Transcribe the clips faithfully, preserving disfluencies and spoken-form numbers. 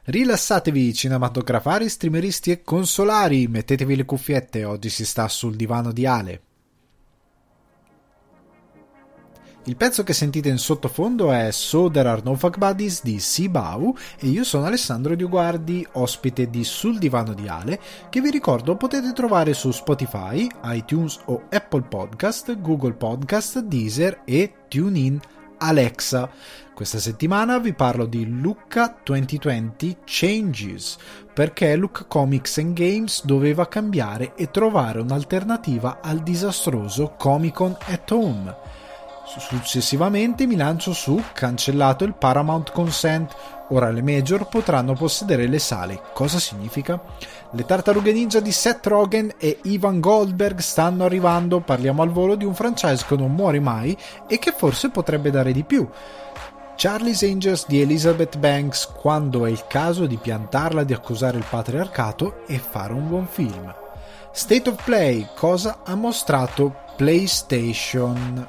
Rilassatevi cinematografari, streameristi e consolari, mettetevi le cuffiette, oggi si sta sul divano di Ale. Il pezzo che sentite in sottofondo è So There Are No Fuck Buddies di Sibau e io sono Alessandro Dioguardi, ospite di Sul Divano di Ale, che vi ricordo potete trovare su Spotify, iTunes o Apple Podcast, Google Podcast, Deezer e TuneIn Alexa. Questa settimana vi parlo di Lucca duemilaventi Changes, perché Lucca Comics and Games doveva cambiare e trovare un'alternativa al disastroso Comic Con at Home. Successivamente mi lancio su cancellato il Paramount Consent, ora le major potranno possedere le sale. Cosa significa? Le tartarughe ninja di Seth Rogen e Ivan Goldberg stanno arrivando, parliamo al volo di un franchise che non muore mai e che forse potrebbe dare di più. Charlie's Angels di Elizabeth Banks, quando è il caso di piantarla di accusare il patriarcato e fare un buon film. State of Play, cosa ha mostrato PlayStation?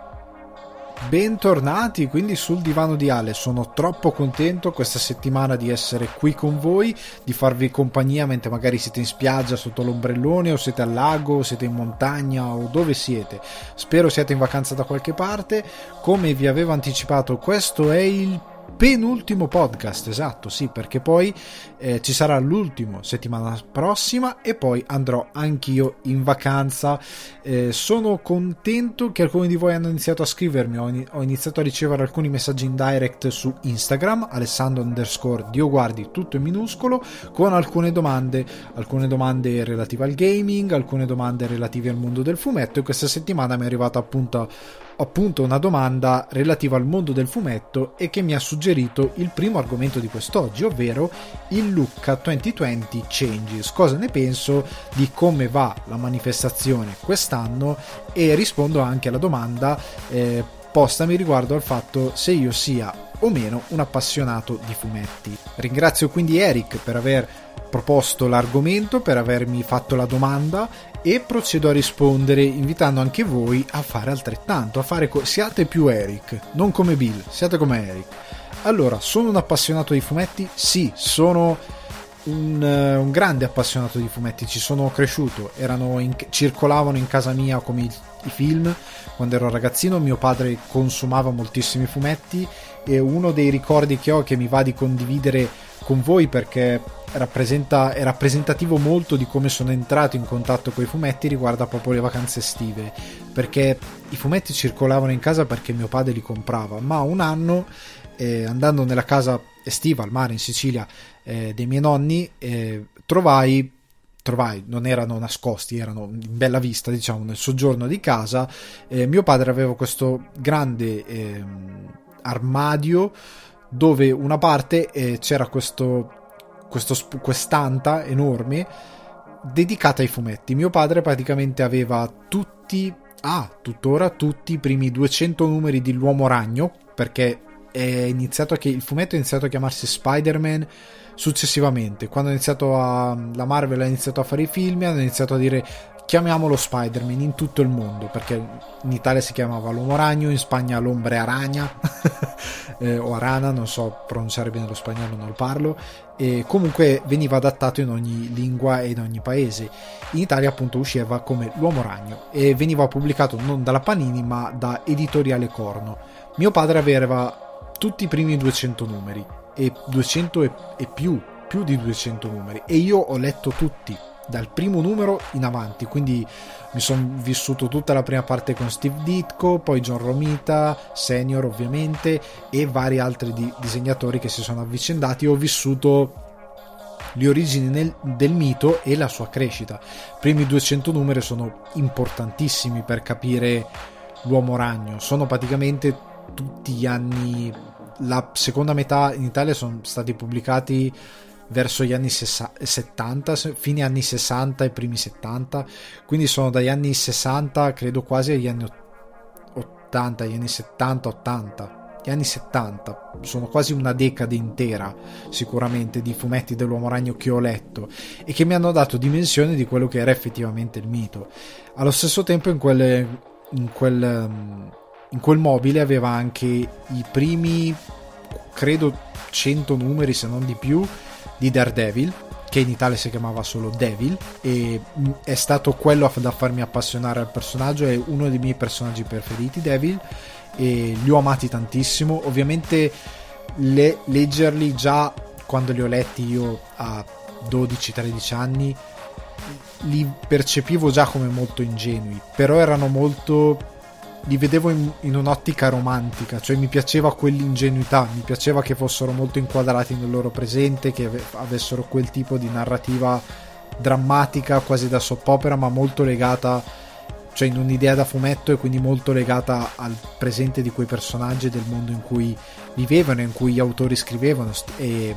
Bentornati quindi sul divano di Ale, sono troppo contento questa settimana di essere qui con voi, di farvi compagnia mentre magari siete in spiaggia sotto l'ombrellone o siete al lago o siete in montagna o dove siete. Spero siate in vacanza da qualche parte. Come vi avevo anticipato, questo è il penultimo podcast, esatto, sì, perché poi eh, ci sarà l'ultimo settimana prossima e poi andrò anch'io in vacanza. Eh, sono contento che alcuni di voi hanno iniziato a scrivermi, ho, in- ho iniziato a ricevere alcuni messaggi in direct su Instagram, Alessandro underscore Dioguardi, tutto in minuscolo, con alcune domande, alcune domande relative al gaming, alcune domande relative al mondo del fumetto, e questa settimana mi è arrivata appunto appunto una domanda relativa al mondo del fumetto e che mi ha suggerito il primo argomento di quest'oggi, ovvero il Lucca duemilaventi Changes. Cosa ne penso di come va la manifestazione quest'anno, e rispondo anche alla domanda eh, postami riguardo al fatto se io sia o meno un appassionato di fumetti. Ringrazio quindi Eric per aver proposto l'argomento, per avermi fatto la domanda, e procedo a rispondere invitando anche voi a fare altrettanto, a fare co- siate più Eric, non come Bill, siate come Eric. Allora, sono un appassionato di fumetti? Sì, sono un, uh, un grande appassionato di fumetti, ci sono cresciuto, erano in, circolavano in casa mia come i, i film quando ero ragazzino. Mio padre consumava moltissimi fumetti e uno dei ricordi che ho, che mi va di condividere con voi perché rappresenta, è rappresentativo molto di come sono entrato in contatto con i fumetti, riguarda proprio le vacanze estive, perché i fumetti circolavano in casa perché mio padre li comprava, ma un anno eh, andando nella casa estiva al mare in Sicilia eh, dei miei nonni eh, trovai trovai, non erano nascosti, erano in bella vista, diciamo, nel soggiorno di casa. Eh, mio padre aveva questo grande eh, armadio dove una parte eh, c'era questo, questo quest'anta enorme dedicata ai fumetti. Mio padre praticamente aveva tutti, ah, tuttora tutti i primi duecento numeri di L'Uomo Ragno, perché è iniziato a che il fumetto è iniziato a chiamarsi Spider-Man successivamente, quando ha iniziato a, la Marvel ha iniziato a fare i film, hanno iniziato a dire chiamiamolo Spider-Man in tutto il mondo, perché in Italia si chiamava L'Uomo Ragno, in Spagna l'Ombre Aragna eh, o Arana, non so pronunciare bene lo spagnolo, non lo parlo, e comunque veniva adattato in ogni lingua e in ogni paese. In Italia appunto usciva come L'Uomo Ragno e veniva pubblicato non dalla Panini ma da Editoriale Corno. Mio padre aveva tutti i primi duecento numeri e duecento e, e più più di duecento numeri, e io ho letto tutti dal primo numero in avanti, quindi mi sono vissuto tutta la prima parte con Steve Ditko, poi John Romita Senior ovviamente e vari altri di, disegnatori che si sono avvicendati. Ho vissuto le origini nel, del mito e la sua crescita. I primi duecento numeri sono importantissimi per capire L'Uomo Ragno, sono praticamente tutti gli anni, la seconda metà in Italia sono stati pubblicati verso gli anni settanta, fine anni sessanta e primi settanta, quindi sono dagli anni sessanta credo quasi agli anni ottanta, gli anni settanta ottanta, gli anni settanta sono quasi una decade intera sicuramente di fumetti dell'Uomo Ragno che ho letto e che mi hanno dato dimensione di quello che era effettivamente il mito. Allo stesso tempo in quel in quel in quel mobile aveva anche i primi credo cento numeri se non di più di Daredevil, che in Italia si chiamava solo Devil, e è stato quello da farmi appassionare al personaggio. È uno dei miei personaggi preferiti, Devil, e li ho amati tantissimo. Ovviamente le, leggerli già quando li ho letti io a dodici tredici anni li percepivo già come molto ingenui, però erano molto, li vedevo in, in un'ottica romantica, cioè mi piaceva quell'ingenuità, mi piaceva che fossero molto inquadrati nel loro presente, che ave, avessero quel tipo di narrativa drammatica quasi da soap opera, ma molto legata, cioè in un'idea da fumetto, e quindi molto legata al presente di quei personaggi, del mondo in cui vivevano, in cui gli autori scrivevano e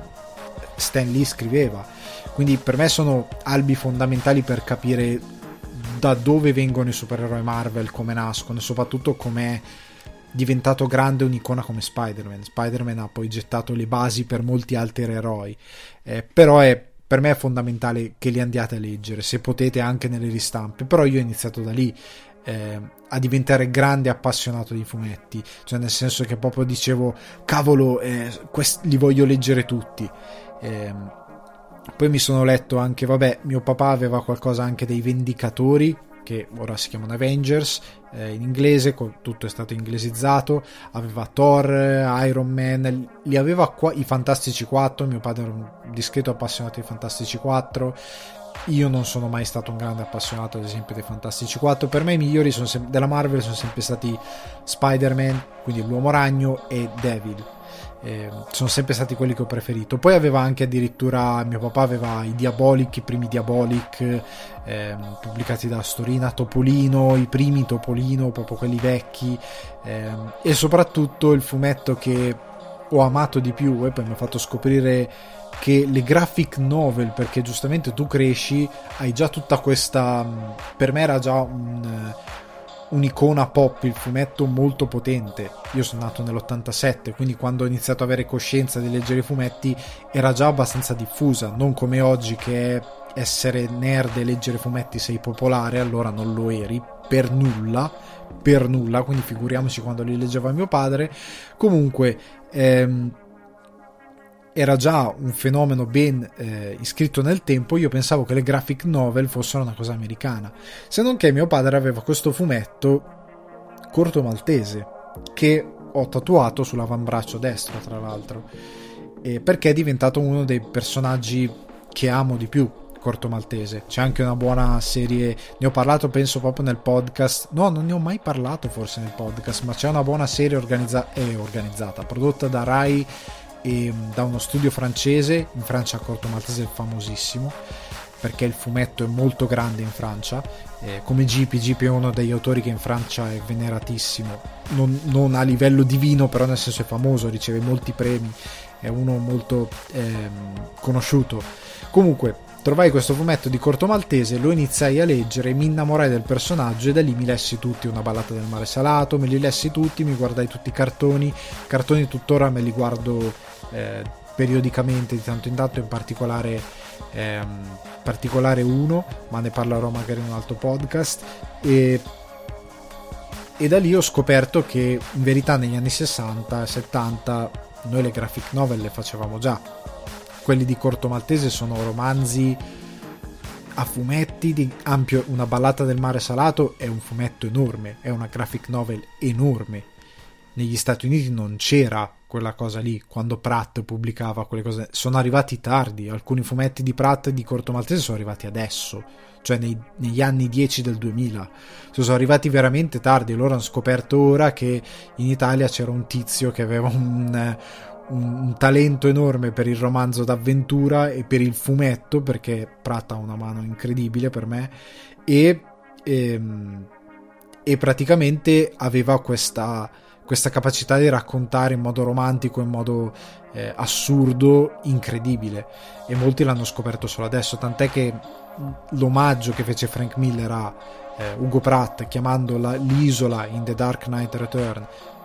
Stan Lee scriveva. Quindi per me sono albi fondamentali per capire da dove vengono i supereroi Marvel, come nascono, e soprattutto com'è diventato grande un'icona come Spider-Man. Spider-Man ha poi gettato le basi per molti altri eroi, eh, però è, per me è fondamentale che li andiate a leggere, se potete anche nelle ristampe. Però io ho iniziato da lì eh, a diventare grande appassionato di fumetti, cioè nel senso che proprio dicevo cavolo, eh, quest- li voglio leggere tutti. eh, Poi mi sono letto anche, vabbè, mio papà aveva qualcosa anche dei Vendicatori, che ora si chiamano Avengers, eh, in inglese, tutto è stato inglesizzato. Aveva Thor, Iron Man, li aveva qua, i Fantastici quattro. Mio padre era un discreto appassionato dei Fantastici quattro. Io non sono mai stato un grande appassionato ad esempio dei Fantastici quattro. Per me i migliori sono sem- della Marvel sono sempre stati Spider-Man, quindi l'Uomo Ragno, e Devil. Eh, sono sempre stati quelli che ho preferito. Poi aveva anche addirittura, mio papà aveva i Diabolic, i primi Diabolic, eh, pubblicati da Storina, Topolino, i primi Topolino, proprio quelli vecchi, eh, e soprattutto il fumetto che ho amato di più, e poi mi ha fatto scoprire che le graphic novel, perché giustamente tu cresci, hai già tutta questa, per me era già un un'icona pop, il fumetto molto potente. Io sono nato nell'ottantasette, quindi quando ho iniziato ad avere coscienza di leggere i fumetti era già abbastanza diffusa, non come oggi che è essere nerd e leggere fumetti sei popolare. Allora non lo eri per nulla, per nulla, quindi figuriamoci quando li leggeva mio padre. Comunque ehm, era già un fenomeno ben eh, iscritto nel tempo. Io pensavo che le graphic novel fossero una cosa americana, se non che mio padre aveva questo fumetto Corto Maltese che ho tatuato sull'avambraccio destro, tra l'altro, eh, perché è diventato uno dei personaggi che amo di più. Corto Maltese, c'è anche una buona serie, ne ho parlato penso proprio nel podcast, no non ne ho mai parlato forse nel podcast, ma c'è una buona serie organizza- eh, organizzata, prodotta da Rai e da uno studio francese. In Francia Corto Maltese è famosissimo perché il fumetto è molto grande in Francia, eh, come G P. G P è uno degli autori che in Francia è veneratissimo, non, non a livello divino, però nel senso è famoso, riceve molti premi, è uno molto ehm, conosciuto. Comunque trovai questo fumetto di Corto Maltese, lo iniziai a leggere, mi innamorai del personaggio e da lì mi lessi tutti Una ballata del mare salato, me li lessi tutti, mi guardai tutti i cartoni, cartoni tuttora me li guardo eh, periodicamente di tanto in tanto, in particolare ehm, particolare uno, ma ne parlerò magari in un altro podcast. E, e da lì ho scoperto che in verità negli anni sessanta settanta noi le graphic novel le facevamo già. Quelli di Corto Maltese sono romanzi a fumetti di ampio. Una ballata del mare salato è un fumetto enorme, è una graphic novel enorme. Negli Stati Uniti non c'era quella cosa lì quando Pratt pubblicava quelle cose, sono arrivati tardi. Alcuni fumetti di Pratt e di Corto Maltese sono arrivati adesso, cioè nei, negli anni dieci del duemila, sono arrivati veramente tardi. Loro hanno scoperto ora che in Italia c'era un tizio che aveva un Un, un talento enorme per il romanzo d'avventura e per il fumetto, perché Pratt ha una mano incredibile per me, e, e, e praticamente aveva questa, questa capacità di raccontare in modo romantico, in modo eh, assurdo, incredibile, e molti l'hanno scoperto solo adesso, tant'è che l'omaggio che fece Frank Miller a eh, Ugo Pratt chiamando la, l'isola in The Dark Knight Return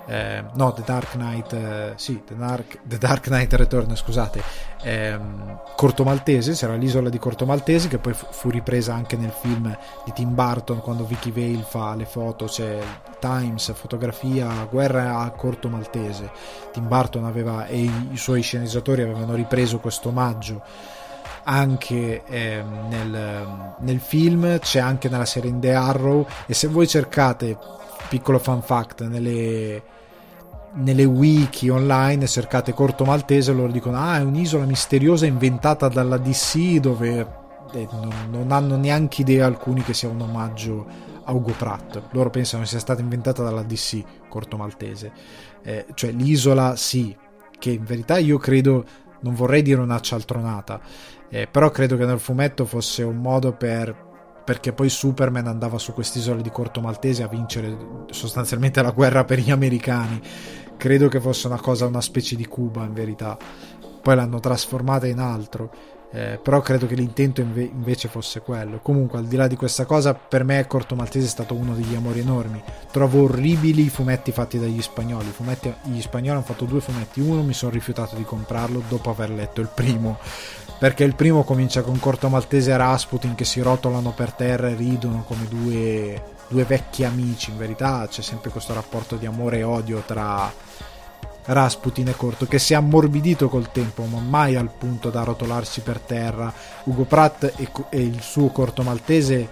eh, no The Dark Knight eh, sì The Dark, The Dark Knight Return, scusate, ehm, Corto Maltese, c'era l'isola di Corto Maltese che poi fu, fu ripresa anche nel film di Tim Burton, quando Vicky Vale fa le foto, c'è Times, fotografia, guerra a Corto Maltese. Tim Burton aveva e i, i suoi sceneggiatori avevano ripreso questo omaggio anche eh, nel, nel film, c'è anche nella serie in The Arrow, e se voi cercate, piccolo fun fact, nelle nelle wiki online cercate Corto Maltese, loro dicono ah è un'isola misteriosa inventata dalla D C, dove eh, non, non hanno neanche idea alcuni che sia un omaggio a Ugo Pratt, loro pensano sia stata inventata dalla D C Corto Maltese, eh, cioè l'isola sì, che in verità io credo, non vorrei dire una cialtronata, eh, però credo che nel fumetto fosse un modo per perché poi Superman andava su quest'isola di Corto Maltese a vincere sostanzialmente la guerra per gli americani. Credo che fosse una cosa, una specie di Cuba in verità, poi l'hanno trasformata in altro, eh, però credo che l'intento inve- invece fosse quello. Comunque, al di là di questa cosa, per me Corto Maltese è stato uno degli amori enormi. Trovo orribili i fumetti fatti dagli spagnoli. I fumetti, gli spagnoli hanno fatto due fumetti, uno mi sono rifiutato di comprarlo dopo aver letto il primo, perché il primo comincia con Corto Maltese e Rasputin che si rotolano per terra e ridono come due, due vecchi amici. In verità c'è sempre questo rapporto di amore e odio tra Rasputin e Corto, che si è ammorbidito col tempo, ma mai al punto da rotolarsi per terra. Ugo Pratt e, e il suo Corto Maltese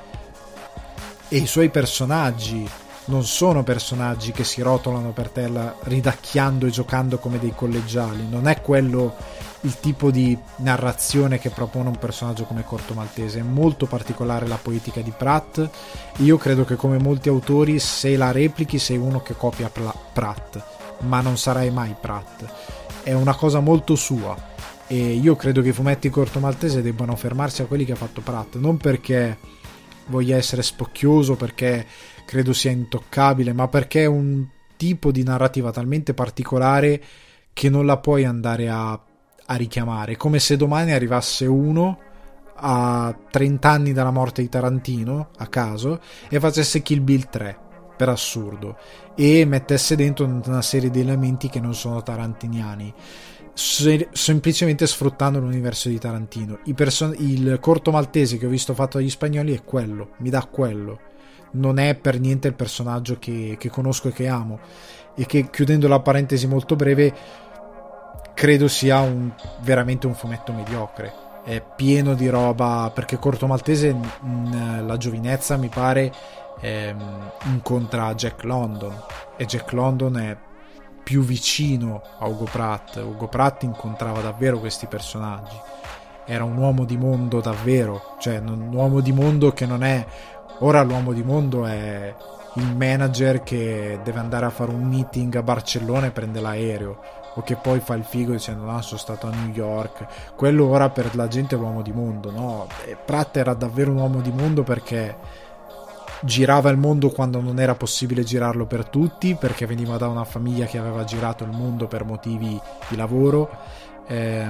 e i suoi personaggi non sono personaggi che si rotolano per terra ridacchiando e giocando come dei collegiali, non è quello il tipo di narrazione che propone un personaggio come Corto Maltese. È molto particolare la poetica di Pratt. Io credo che, come molti autori, se la replichi sei uno che copia Pratt, ma non sarai mai Pratt. È una cosa molto sua, e io credo che i fumetti Corto Maltese debbano fermarsi a quelli che ha fatto Pratt, non perché voglia essere spocchioso, perché credo sia intoccabile, ma perché è un tipo di narrativa talmente particolare che non la puoi andare a a richiamare. Come se domani arrivasse uno a trenta anni dalla morte di Tarantino a caso e facesse Kill Bill tre per assurdo e mettesse dentro una serie di elementi che non sono tarantiniani, se- semplicemente sfruttando l'universo di Tarantino. I person- il Corto Maltese che ho visto fatto dagli spagnoli è quello, mi dà quello, non è per niente il personaggio che, che conosco e che amo, e che, chiudendo la parentesi molto breve, credo sia un, veramente un fumetto mediocre. È pieno di roba, perché Corto Maltese nella giovinezza mi pare ehm, incontra Jack London, e Jack London è più vicino a Ugo Pratt. Ugo Pratt incontrava davvero questi personaggi, era un uomo di mondo davvero, cioè un uomo di mondo che non è ora l'uomo di mondo è il manager che deve andare a fare un meeting a Barcellona e prende l'aereo, o che poi fa il figo dicendo no, sono stato a New York. Quello ora per la gente è l'uomo di mondo, no? E Pratt era davvero un uomo di mondo perché girava il mondo quando non era possibile girarlo per tutti, perché veniva da una famiglia che aveva girato il mondo per motivi di lavoro, eh,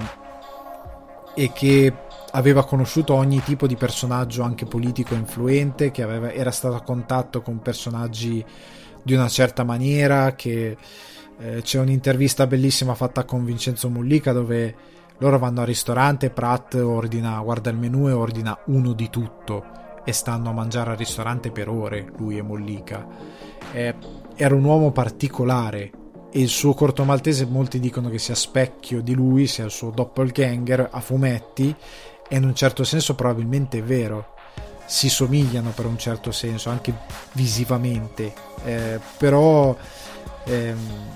e che aveva conosciuto ogni tipo di personaggio anche politico influente, che aveva, era stato a contatto con personaggi di una certa maniera, che eh, c'è un'intervista bellissima fatta con Vincenzo Mollica dove loro vanno al ristorante, Pratt ordina, guarda il menù e ordina uno di tutto, e stanno a mangiare al ristorante per ore, lui e Mollica. Eh, era un uomo particolare, e il suo Corto Maltese molti dicono che sia specchio di lui, sia il suo doppelganger a fumetti, e in un certo senso probabilmente è vero, si somigliano per un certo senso anche visivamente, eh, però ehm,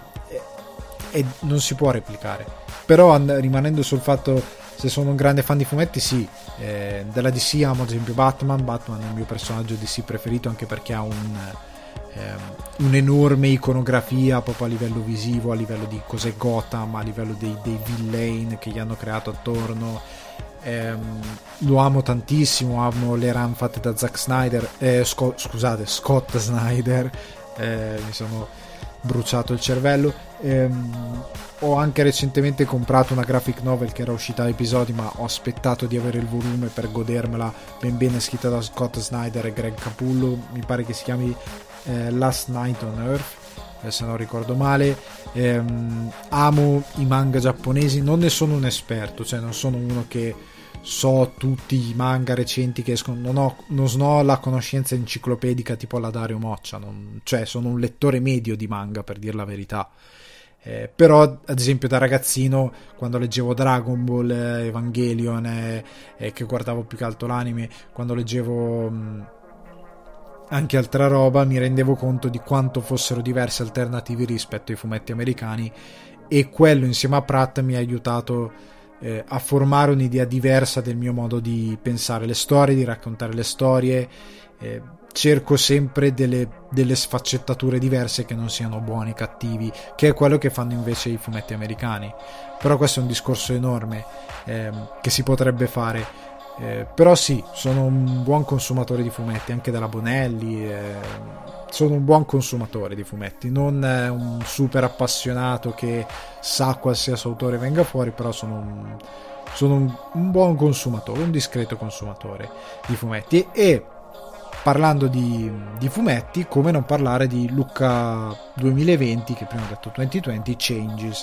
eh, eh, non si può replicare. Però and- rimanendo sul fatto se sono un grande fan di fumetti, sì, eh, della D C amo ad esempio Batman. Batman è il mio personaggio D C preferito, anche perché ha un ehm, un'enorme iconografia proprio a livello visivo, a livello di cos'è Gotham, a livello dei, dei villain che gli hanno creato attorno. Ehm, lo amo tantissimo, amo le run fatte da Zack Snyder, eh, Sco- scusate Scott Snyder, eh, mi sono bruciato il cervello. Ehm, ho anche recentemente comprato una graphic novel che era uscita a episodi, ma ho aspettato di avere il volume per godermela ben bene, scritta da Scott Snyder e Greg Capullo, mi pare che si chiami eh, Last Night on Earth, eh, se non ricordo male. ehm, amo i manga giapponesi, non ne sono un esperto, cioè non sono uno che so tutti i manga recenti che escono, non ho, non ho la conoscenza enciclopedica tipo la Dario Moccia, non, cioè sono un lettore medio di manga, per dir la verità. Eh, però ad esempio da ragazzino, quando leggevo Dragon Ball, eh, Evangelion, eh, eh, che guardavo più che altro l'anime, quando leggevo mh, anche altra roba, mi rendevo conto di quanto fossero diversi alternativi rispetto ai fumetti americani, e quello insieme a Pratt mi ha aiutato eh, a formare un'idea diversa del mio modo di pensare le storie, di raccontare le storie. eh, cerco sempre delle, delle sfaccettature diverse che non siano buoni, cattivi, che è quello che fanno invece i fumetti americani. Però questo è un discorso enorme ehm, che si potrebbe fare. Eh, però sì, sono un buon consumatore di fumetti, anche della Bonelli. eh, sono un buon consumatore di fumetti, non eh, un super appassionato che sa qualsiasi autore venga fuori, però sono un, sono un, un buon consumatore, un discreto consumatore di fumetti. E parlando di, di fumetti, come non parlare di Lucca duemilaventi, che prima ho detto duemilaventi Changes.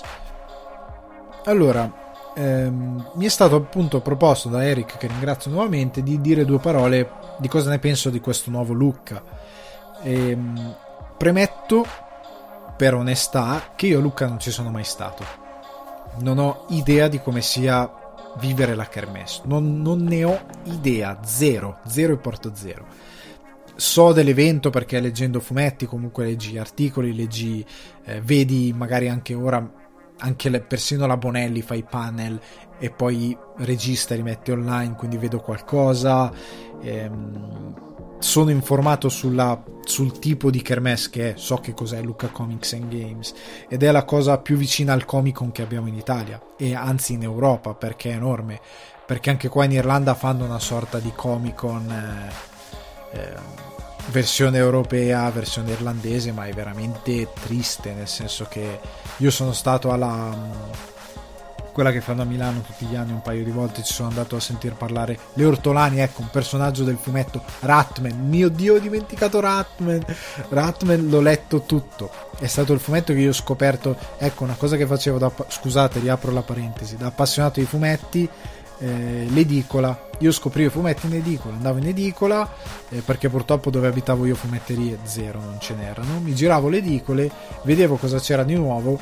Allora, ehm, mi è stato appunto proposto da Eric, che ringrazio nuovamente, di dire due parole di cosa ne penso di questo nuovo Lucca. Ehm, premetto per onestà che io a Lucca non ci sono mai stato, non ho idea di come sia vivere la kermesse, non, non ne ho idea, zero, zero e porto zero. So dell'evento perché leggendo fumetti comunque leggi articoli, leggi eh, vedi magari anche ora anche le, persino la Bonelli fa i panel e poi registra e li mette online, quindi vedo qualcosa. ehm, sono informato sulla, sul tipo di kermesse che è, so che cos'è Lucca Comics and Games, ed è la cosa più vicina al Comic Con che abbiamo in Italia, e anzi in Europa, perché è enorme, perché anche qua in Irlanda fanno una sorta di Comic Con eh, eh, versione europea, versione irlandese, ma è veramente triste, nel senso che io sono stato alla quella che fanno a Milano tutti gli anni un paio di volte, ci sono andato a sentir parlare le ortolani, ecco, un personaggio del fumetto, Ratman, mio dio, ho dimenticato Ratman Ratman l'ho letto tutto, è stato il fumetto che io ho scoperto, ecco, una cosa che facevo da, scusate, riapro la parentesi, da appassionato di fumetti. Eh, l'edicola, io scoprivo i fumetti in edicola, andavo in edicola eh, perché purtroppo dove abitavo io fumetterie zero, non ce n'erano, mi giravo le edicole, vedevo cosa c'era di nuovo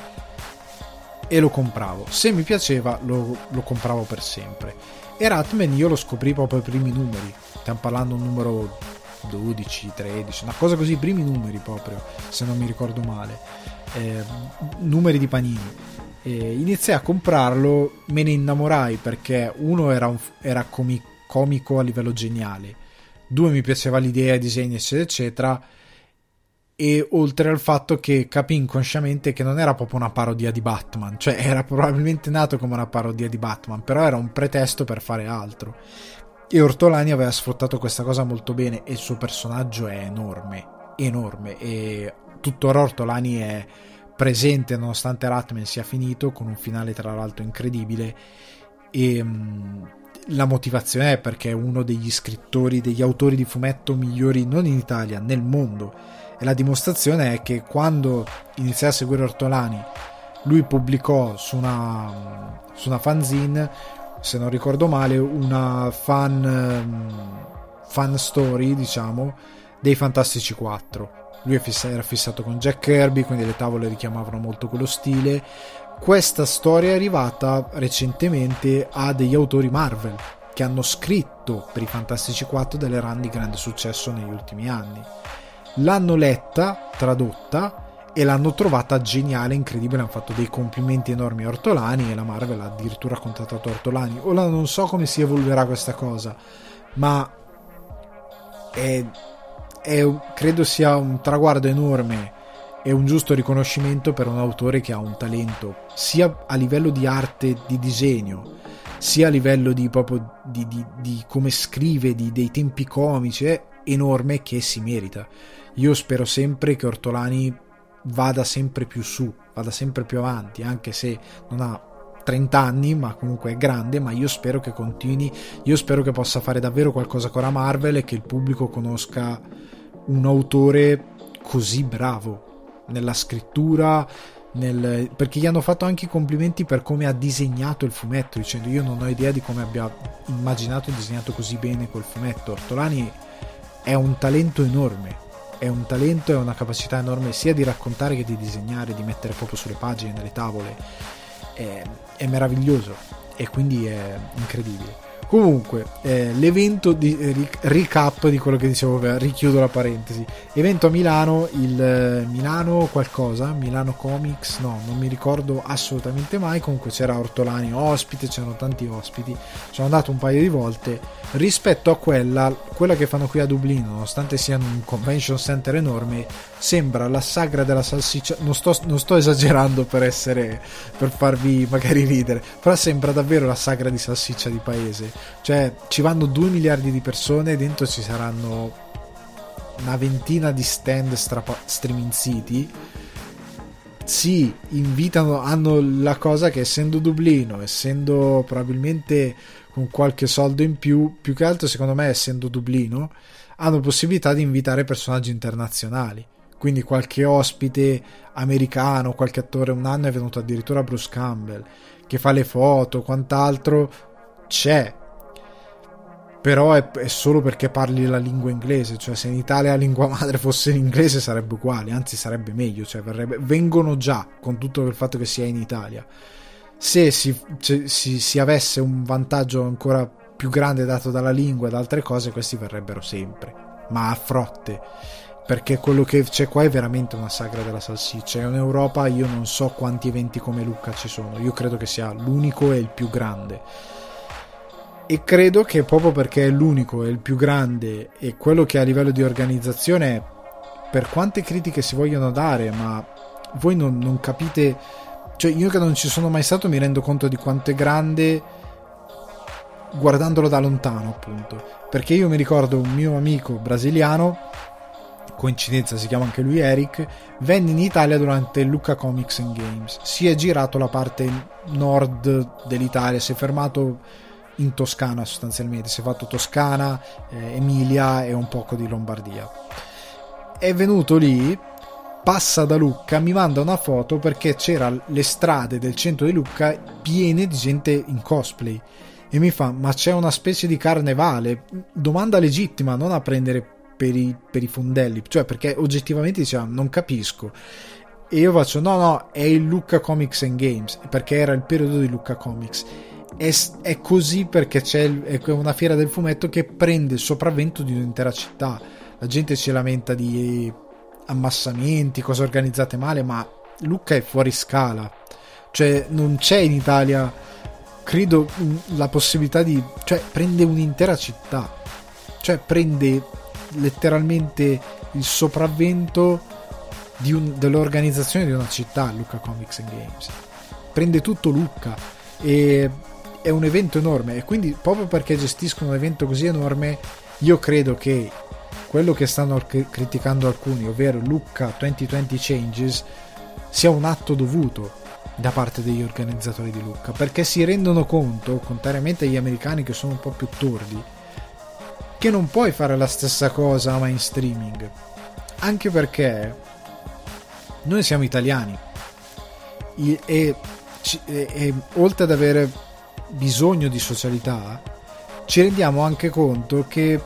e lo compravo, se mi piaceva lo, lo compravo per sempre. E Ratman io lo scoprì proprio ai primi numeri, stiamo parlando un numero dodici, tredici, una cosa così, i primi numeri proprio, se non mi ricordo male, eh, numeri di Panini. E iniziai a comprarlo, me ne innamorai perché uno era, un, era comi, comico a livello geniale, due mi piaceva l'idea, i disegni eccetera eccetera, e oltre al fatto che capii inconsciamente che non era proprio una parodia di Batman, cioè era probabilmente nato come una parodia di Batman, però era un pretesto per fare altro, e Ortolani aveva sfruttato questa cosa molto bene, e il suo personaggio è enorme, enorme, e tuttora Ortolani è presente nonostante Ratman sia finito, con un finale tra l'altro incredibile. E mh, la motivazione è perché è uno degli scrittori, degli autori di fumetto migliori non in Italia, nel mondo, e la dimostrazione è che quando iniziai a seguire Ortolani lui pubblicò su una, su una fanzine, se non ricordo male, una fan fan story, diciamo, dei Fantastici quattro. Lui era fissato con Jack Kirby, quindi le tavole richiamavano molto quello stile. Questa storia è arrivata recentemente a degli autori Marvel che hanno scritto per i Fantastici quattro delle run di grande successo negli ultimi anni. L'hanno letta, tradotta, e l'hanno trovata geniale, incredibile, hanno fatto dei complimenti enormi a Ortolani, e la Marvel ha addirittura contattato Ortolani. Ora non so come si evolverà questa cosa, ma è È, credo sia un traguardo enorme e un giusto riconoscimento per un autore che ha un talento sia a livello di arte, di disegno, sia a livello di proprio di, di, di come scrive, di, dei tempi comici, è enorme, che si merita. Io spero sempre che Ortolani vada sempre più su, vada sempre più avanti, anche se non ha trenta anni, ma comunque è grande, ma io spero che continui, io spero che possa fare davvero qualcosa con la Marvel e che il pubblico conosca un autore così bravo, nella scrittura, nel... perché gli hanno fatto anche i complimenti per come ha disegnato il fumetto, dicendo io non ho idea di come abbia immaginato e disegnato così bene quel fumetto. Ortolani è un talento enorme, è un talento e una capacità enorme sia di raccontare che di disegnare, di mettere proprio sulle pagine, nelle tavole, è, è meraviglioso e quindi è incredibile. Comunque, eh, l'evento di eh, recap di quello che dicevo, richiudo la parentesi. Evento a Milano, il eh, Milano qualcosa, Milano Comics, no, non mi ricordo assolutamente mai. Comunque c'era Ortolani ospite, c'erano tanti ospiti. Sono andato un paio di volte. Rispetto a quella, quella che fanno qui a Dublino, nonostante sia un convention center enorme, sembra la sagra della salsiccia. Non sto, non sto esagerando per essere, per farvi magari ridere, però sembra davvero la sagra di salsiccia di paese. Cioè ci vanno due miliardi di persone, dentro ci saranno una ventina di stand strapa- striminziti, si invitano, hanno la cosa che essendo Dublino, essendo probabilmente con qualche soldo in più, più che altro secondo me essendo Dublino, hanno possibilità di invitare personaggi internazionali, quindi qualche ospite americano, qualche attore. Un anno è venuto addirittura Bruce Campbell che fa le foto, quant'altro c'è, però è, è solo perché parli la lingua inglese. Cioè se in Italia la lingua madre fosse l'inglese sarebbe uguale, anzi sarebbe meglio, cioè verrebbe, vengono già con tutto il fatto che sia in Italia. Se si, se, si, si avesse un vantaggio ancora più grande dato dalla lingua e da altre cose, questi verrebbero sempre, ma a frotte, perché quello che c'è qua è veramente una sagra della salsiccia. In Europa io non so quanti eventi come Lucca ci sono, io credo che sia l'unico e il più grande, e credo che proprio perché è l'unico e il più grande e quello che a livello di organizzazione, per quante critiche si vogliono dare, ma voi non, non capite, cioè io che non ci sono mai stato mi rendo conto di quanto è grande guardandolo da lontano, appunto, perché io mi ricordo un mio amico brasiliano, coincidenza si chiama anche lui Eric, venne in Italia durante il Lucca Comics and Games, si è girato la parte nord dell'Italia, si è fermato in Toscana sostanzialmente, si è fatto Toscana, eh, Emilia e un poco di Lombardia. È venuto lì, passa da Lucca, mi manda una foto perché c'era le strade del centro di Lucca piene di gente in cosplay e mi fa: ma c'è una specie di carnevale? Domanda legittima, non a prendere per i, per i fondelli, cioè perché oggettivamente diceva non capisco. E io faccio no no è il Lucca Comics and Games, perché era il periodo di Lucca Comics. È, è così perché c'è il, è una fiera del fumetto che prende il sopravvento di un'intera città. La gente ci lamenta di ammassamenti, cose organizzate male, ma Lucca è fuori scala, cioè non c'è in Italia, credo, la possibilità di, cioè prende un'intera città, cioè prende letteralmente il sopravvento di un, dell'organizzazione di una città. Lucca Comics and Games prende tutto Lucca e è un evento enorme, e quindi proprio perché gestiscono un evento così enorme, io credo che quello che stanno criticando alcuni, ovvero Lucca duemilaventi Changes, sia un atto dovuto da parte degli organizzatori di Lucca, perché si rendono conto, contrariamente agli americani che sono un po' più tordi, che non puoi fare la stessa cosa ma in streaming, anche perché noi siamo italiani e, e, e, e oltre ad avere bisogno di socialità, ci rendiamo anche conto che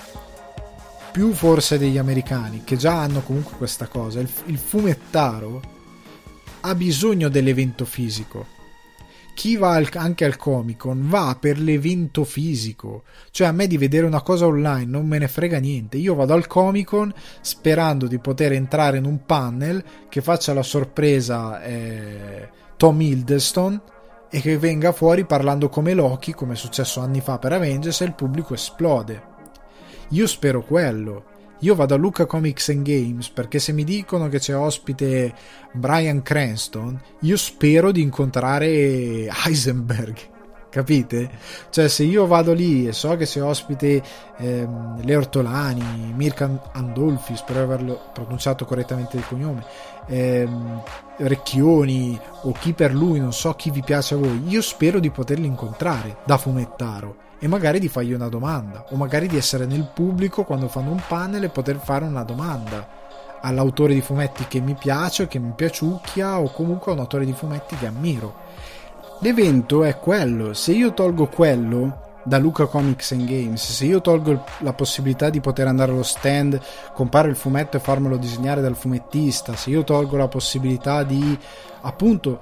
più forse degli americani, che già hanno comunque questa cosa, il, il fumettaro ha bisogno dell'evento fisico. Chi va al, anche al Comic Con va per l'evento fisico, cioè a me di vedere una cosa online non me ne frega niente, io vado al Comic Con sperando di poter entrare in un panel che faccia la sorpresa eh, Tom Hiddleston e che venga fuori parlando come Loki, come è successo anni fa per Avengers, e il pubblico esplode. Io spero quello. Io vado a Lucca Comics and Games perché se mi dicono che c'è ospite Bryan Cranston, io spero di incontrare Heisenberg, capite? Cioè se io vado lì e so che c'è ospite ehm, Leo Ortolani, Mirka Andolfi, spero di averlo pronunciato correttamente il cognome, ehm, Recchioni o chi per lui, non so chi vi piace a voi, io spero di poterli incontrare da fumettaro e magari di fargli una domanda, o magari di essere nel pubblico quando fanno un panel e poter fare una domanda all'autore di fumetti che mi piace, che mi piaciucchia, o comunque a un autore di fumetti che ammiro. L'evento è quello. Se io tolgo quello da Lucca Comics and Games, se io tolgo la possibilità di poter andare allo stand, comprare il fumetto e farmelo disegnare dal fumettista, se io tolgo la possibilità di appunto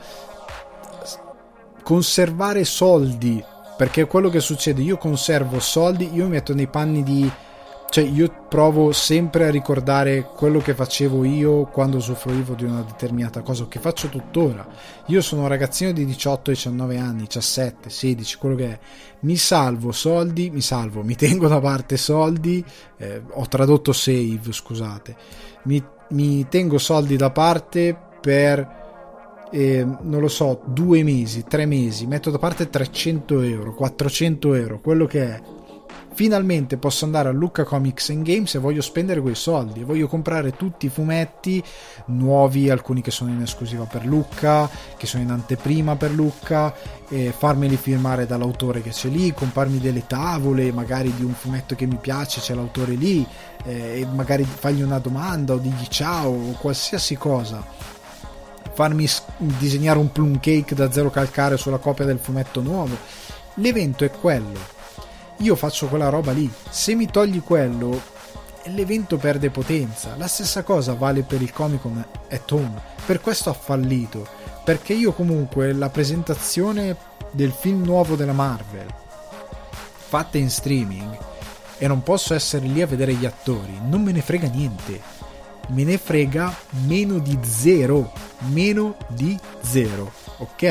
conservare soldi, perché è quello che succede, io conservo soldi, io mi metto nei panni di, cioè io provo sempre a ricordare quello che facevo io quando usufruivo di una determinata cosa, che faccio tuttora. Io sono un ragazzino di diciotto diciannove anni, diciassette, sedici, quello che è. Mi salvo soldi, mi salvo, mi tengo da parte soldi, eh, ho tradotto save, scusate, mi, mi tengo soldi da parte per, eh, non lo so, due mesi, tre mesi, metto da parte trecento euro, quattrocento euro, quello che è. Finalmente posso andare a Lucca Comics and Games e voglio spendere quei soldi, voglio comprare tutti i fumetti nuovi, alcuni che sono in esclusiva per Lucca, che sono in anteprima per Lucca, e farmeli firmare dall'autore che c'è lì, comprarmi delle tavole magari di un fumetto che mi piace, c'è l'autore lì, eh, e magari fargli una domanda o digli ciao o qualsiasi cosa, farmi disegnare un plum cake da zero calcare sulla copia del fumetto nuovo. L'evento è quello. Io faccio quella roba lì. Se mi togli quello, l'evento perde potenza. La stessa cosa vale per il Comic-Con at Home. Per questo ha fallito, perché io comunque la presentazione del film nuovo della Marvel fatta in streaming e non posso essere lì a vedere gli attori, non me ne frega niente, me ne frega meno di zero, meno di zero, ok?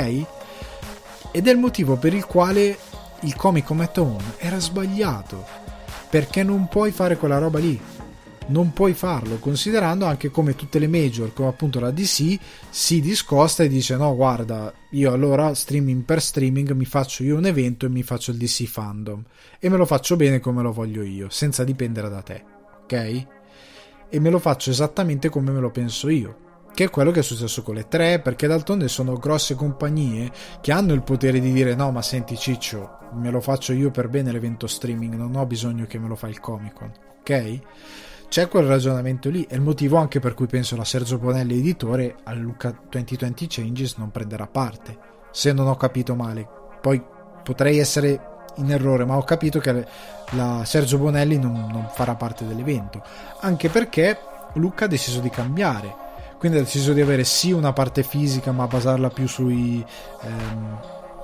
Ed è il motivo per il quale il Comic-Con at Home era sbagliato, perché non puoi fare quella roba lì, non puoi farlo, considerando anche come tutte le major, come appunto la D C, si discosta e dice no guarda, io allora streaming per streaming mi faccio io un evento e mi faccio il D C Fandom e me lo faccio bene come lo voglio io, senza dipendere da te, ok? E me lo faccio esattamente come me lo penso io, che è quello che è successo con le tre, perché d'altronde sono grosse compagnie che hanno il potere di dire no ma senti Ciccio, me lo faccio io per bene l'evento streaming, non ho bisogno che me lo fa il Comic-Con, ok? C'è quel ragionamento lì, è il motivo anche per cui penso la Sergio Bonelli editore al Lucca duemilaventi Changes non prenderà parte, se non ho capito male. Poi potrei essere in errore, ma ho capito che la Sergio Bonelli non, non farà parte dell'evento, anche perché Lucca ha deciso di cambiare, quindi ha deciso di avere sì una parte fisica ma basarla più sui ehm,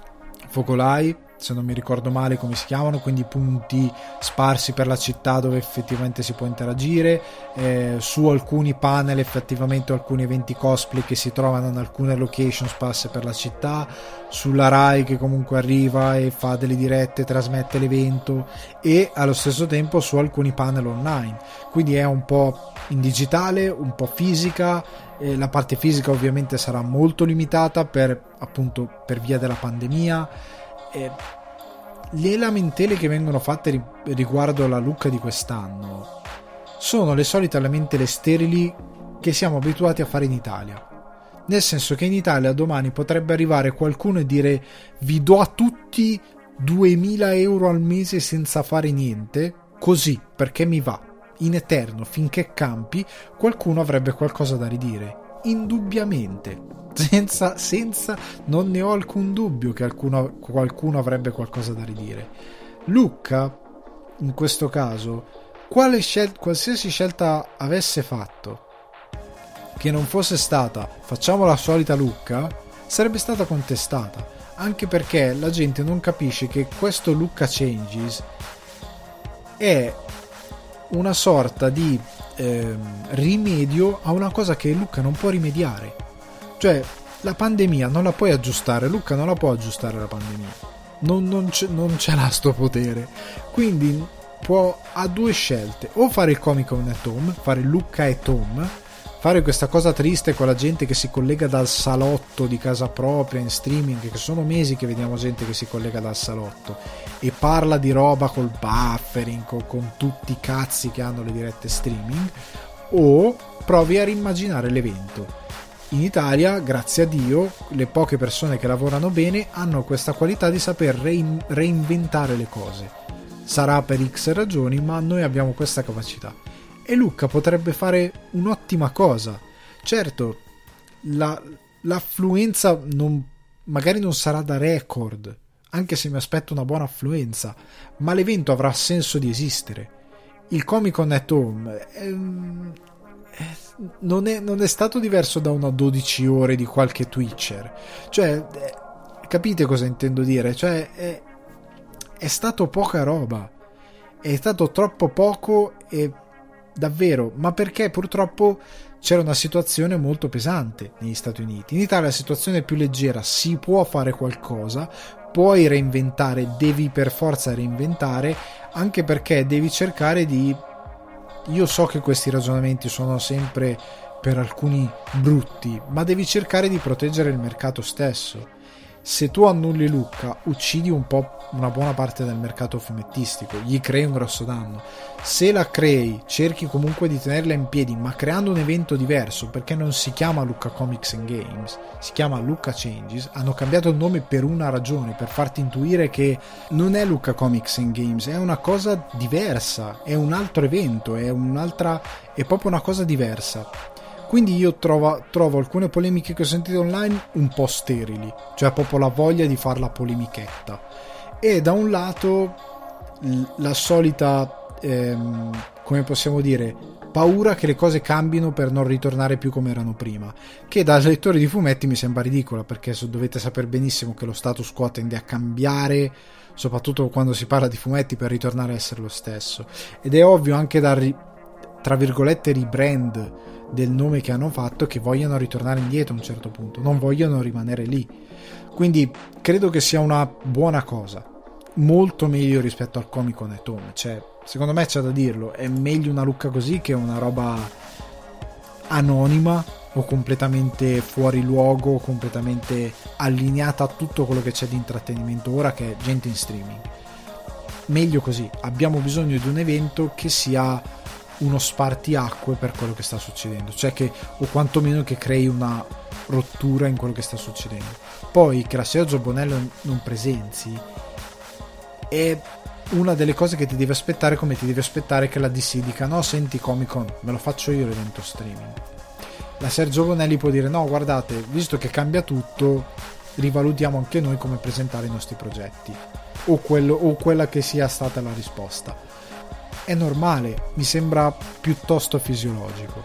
focolai, se non mi ricordo male come si chiamano, quindi punti sparsi per la città dove effettivamente si può interagire, eh, su alcuni panel effettivamente alcuni eventi cosplay che si trovano in alcune location sparse per la città, sulla Rai che comunque arriva e fa delle dirette, trasmette l'evento, e allo stesso tempo su alcuni panel online, quindi è un po' in digitale, un po' fisica. Eh, la parte fisica ovviamente sarà molto limitata per appunto per via della pandemia. Eh, le lamentele che vengono fatte riguardo alla Lucca di quest'anno sono le solite lamentele sterili che siamo abituati a fare in Italia, nel senso che in Italia domani potrebbe arrivare qualcuno e dire vi do a tutti duemila euro al mese senza fare niente, così perché mi va, in eterno finché campi. Qualcuno avrebbe qualcosa da ridire, indubbiamente, senza, senza non ne ho alcun dubbio che alcuno, qualcuno avrebbe qualcosa da ridire. Lucca in questo caso, quale scel- qualsiasi scelta avesse fatto che non fosse stata facciamo la solita Lucca, sarebbe stata contestata, anche perché la gente non capisce che questo Lucca Changes è una sorta di ehm, rimedio a una cosa che Lucca non può rimediare. Cioè la pandemia non la puoi aggiustare, Lucca non la può aggiustare la pandemia, non, non, ce, non ce l'ha sto potere, quindi può, ha due scelte: o fare il Comic-Con at Home, fare Lucca at Home, fare questa cosa triste con la gente che si collega dal salotto di casa propria in streaming, che sono mesi che vediamo gente che si collega dal salotto e parla di roba col buffering, con, con tutti i cazzi che hanno le dirette streaming, o provi a rimmaginare l'evento. In Italia, grazie a Dio, le poche persone che lavorano bene hanno questa qualità di saper rein- reinventare le cose. Sarà per X ragioni, ma noi abbiamo questa capacità. e Lucca potrebbe fare un'ottima cosa. Certo, la, l'affluenza non, magari non sarà da record, anche se mi aspetto una buona affluenza, ma l'evento avrà senso di esistere. Il Comic Con at Home ehm, non, è, non è stato diverso da una dodici ore di qualche Twitcher, cioè eh, capite cosa intendo dire? Cioè è, è stato poca roba, è stato troppo poco e davvero, ma perché purtroppo c'era una situazione molto pesante negli Stati Uniti. In Italia la situazione è più leggera, si può fare qualcosa, puoi reinventare, devi per forza reinventare, anche perché devi cercare di... Io so che questi ragionamenti sono sempre per alcuni brutti, ma devi cercare di proteggere il mercato stesso. Se tu annulli Lucca, uccidi un po' una buona parte del mercato fumettistico, gli crei un grosso danno. Se la crei, cerchi comunque di tenerla in piedi, ma creando un evento diverso, perché non si chiama Lucca Comics and Games, si chiama Lucca Changes. Hanno cambiato il nome per una ragione, per farti intuire che non è Lucca Comics and Games, è una cosa diversa, è un altro evento, è un'altra, è proprio una cosa diversa. Quindi io trovo, trovo alcune polemiche che ho sentito online un po' sterili, cioè proprio la voglia di far la polemichetta, e da un lato la solita ehm, come possiamo dire, paura che le cose cambino per non ritornare più come erano prima, che da lettore di fumetti mi sembra ridicola, perché dovete sapere benissimo che lo status quo tende a cambiare, soprattutto quando si parla di fumetti, per ritornare a essere lo stesso, ed è ovvio anche dal tra virgolette rebrand del nome che hanno fatto che vogliono ritornare indietro a un certo punto, non vogliono rimanere lì. Quindi credo che sia una buona cosa, molto meglio rispetto al Comic Con at Home, cioè secondo me c'è da dirlo, è meglio una Lucca così che una roba anonima o completamente fuori luogo o completamente allineata a tutto quello che c'è di intrattenimento ora, che è gente in streaming. Meglio così, abbiamo bisogno di un evento che sia uno spartiacque per quello che sta succedendo, cioè che, o quantomeno che crei una rottura in quello che sta succedendo. Poi che la Sergio Bonello non presenzi è una delle cose che ti devi aspettare, come ti devi aspettare che la D C dica no, senti Comic Con me lo faccio io l'evento streaming. La Sergio Bonelli può dire no, guardate, visto che cambia tutto, rivalutiamo anche noi come presentare i nostri progetti, o, quello, o quella che sia stata la risposta. È normale, mi sembra piuttosto fisiologico.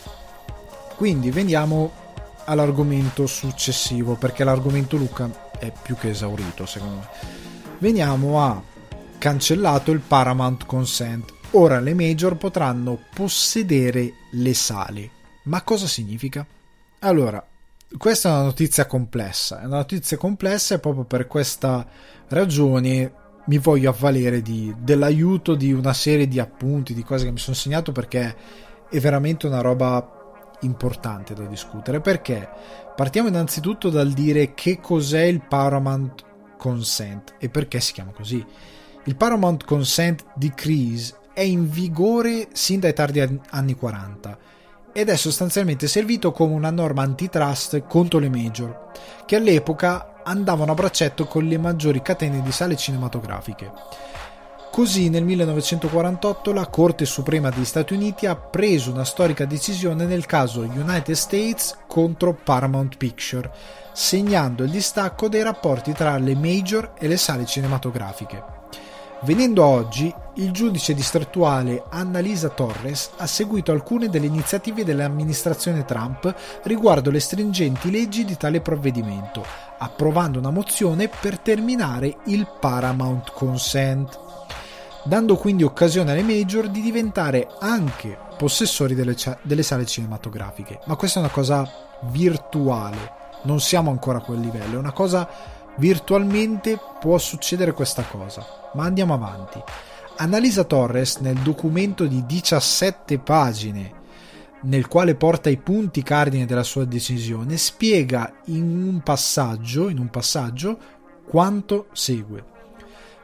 Quindi veniamo all'argomento successivo, perché l'argomento Lucca è più che esaurito secondo me. Veniamo a cancellato il Paramount Consent. Ora le major potranno possedere le sale. Ma cosa significa? Allora, questa è una notizia complessa, è una notizia complessa e proprio per questa ragione mi voglio avvalere di, dell'aiuto di una serie di appunti, di cose che mi sono segnato, perché è veramente una roba importante da discutere. Perché partiamo innanzitutto dal dire che cos'è il Paramount Consent e perché si chiama così. Il Paramount Consent Decrease è in vigore sin dai tardi anni quaranta ed è sostanzialmente servito come una norma antitrust contro le major, che all'epoca andavano a braccetto con le maggiori catene di sale cinematografiche. Così nel millenovecentoquarantotto la Corte Suprema degli Stati Uniti ha preso una storica decisione nel caso United States contro Paramount Picture, segnando il distacco dei rapporti tra le major e le sale cinematografiche. Venendo a oggi, il giudice distrettuale Annalisa Torres ha seguito alcune delle iniziative dell'amministrazione Trump riguardo le stringenti leggi di tale provvedimento, approvando una mozione per terminare il Paramount Consent, dando quindi occasione alle major di diventare anche possessori delle, delle sale cinematografiche. Ma questa è una cosa virtuale, non siamo ancora a quel livello, è una cosa virtualmente, può succedere questa cosa. Ma andiamo avanti. Annalisa Torres, nel documento di diciassette pagine nel quale porta i punti cardine della sua decisione, spiega in un passaggio, in un passaggio quanto segue.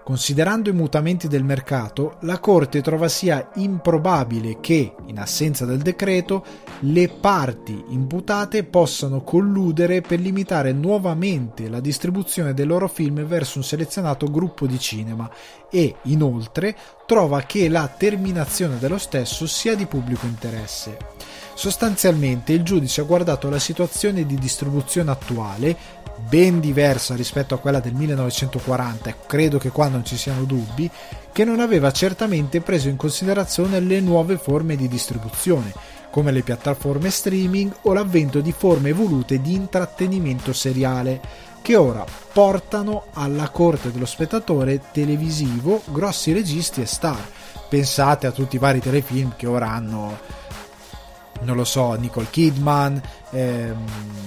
Considerando i mutamenti del mercato, la Corte trova sia improbabile che, in assenza del decreto, le parti imputate possano colludere per limitare nuovamente la distribuzione dei loro film verso un selezionato gruppo di cinema e, inoltre, trova che la terminazione dello stesso sia di pubblico interesse. Sostanzialmente il giudice ha guardato la situazione di distribuzione attuale, ben diversa rispetto a quella del millenovecentoquaranta, e credo che qua non ci siano dubbi, che non aveva certamente preso in considerazione le nuove forme di distribuzione, come le piattaforme streaming o l'avvento di forme evolute di intrattenimento seriale, che ora portano alla corte dello spettatore televisivo grossi registi e star. Pensate a tutti i vari telefilm che ora hanno, non lo so, Nicole Kidman, ehm,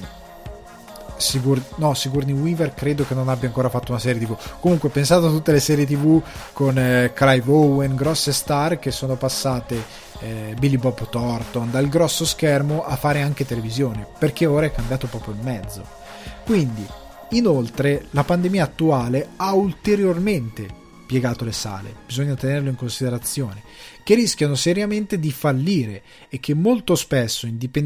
Sigur- no, Sigourney Weaver credo che non abbia ancora fatto una serie tv. Comunque pensate a tutte le serie tv con eh, Clive Owen, grosse star che sono passate, eh, Billy Bob Thornton, dal grosso schermo a fare anche televisione, perché ora è cambiato proprio il mezzo. Quindi, inoltre, la pandemia attuale ha ulteriormente piegato le sale, bisogna tenerlo in considerazione, che rischiano seriamente di fallire e che molto spesso,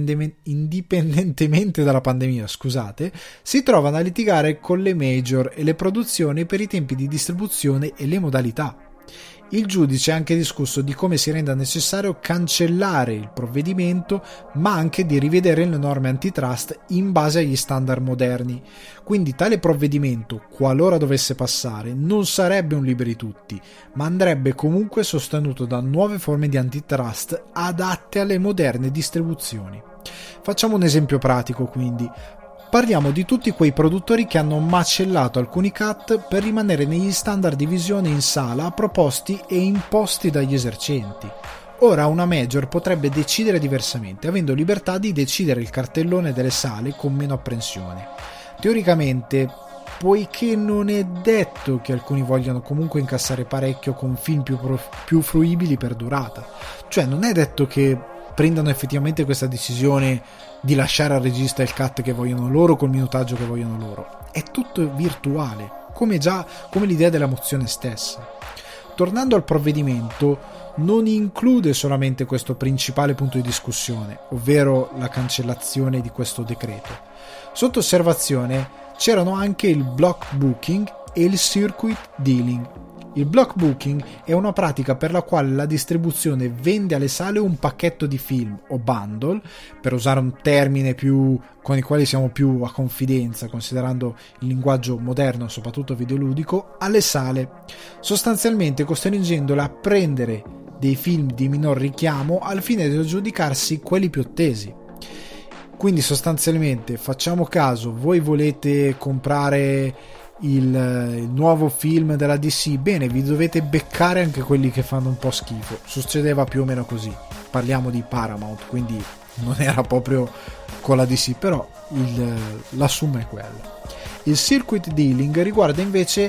indipendentemente dalla pandemia, scusate, si trovano a litigare con le major e le produzioni per i tempi di distribuzione e le modalità. Il giudice ha anche discusso di come si renda necessario cancellare il provvedimento, ma anche di rivedere le norme antitrust in base agli standard moderni. Quindi tale provvedimento, qualora dovesse passare, non sarebbe un liberi tutti, ma andrebbe comunque sostenuto da nuove forme di antitrust adatte alle moderne distribuzioni. Facciamo un esempio pratico, quindi. Parliamo di tutti quei produttori che hanno macellato alcuni cut per rimanere negli standard di visione in sala proposti e imposti dagli esercenti. Ora una major potrebbe decidere diversamente, avendo libertà di decidere il cartellone delle sale con meno apprensione. Teoricamente, poiché non è detto che alcuni vogliano comunque incassare parecchio con film più, pro- più fruibili per durata, cioè non è detto che prendano effettivamente questa decisione di lasciare al regista il cut che vogliono loro col minutaggio che vogliono loro. È tutto virtuale, come già come l'idea della mozione stessa. Tornando al provvedimento, non include solamente questo principale punto di discussione, ovvero la cancellazione di questo decreto. Sotto osservazione c'erano anche il block booking e il circuit dealing. Il block booking è una pratica per la quale la distribuzione vende alle sale un pacchetto di film o bundle, per usare un termine più con il quale siamo più a confidenza considerando il linguaggio moderno, soprattutto videoludico, alle sale, sostanzialmente costringendole a prendere dei film di minor richiamo al fine di aggiudicarsi quelli più attesi. Quindi sostanzialmente, facciamo caso, voi volete comprare Il, il nuovo film della D C, bene, vi dovete beccare anche quelli che fanno un po' schifo. Succedeva più o meno così. Parliamo di Paramount, quindi non era proprio con la D C, però il, la somma è quella. Il circuit dealing riguarda invece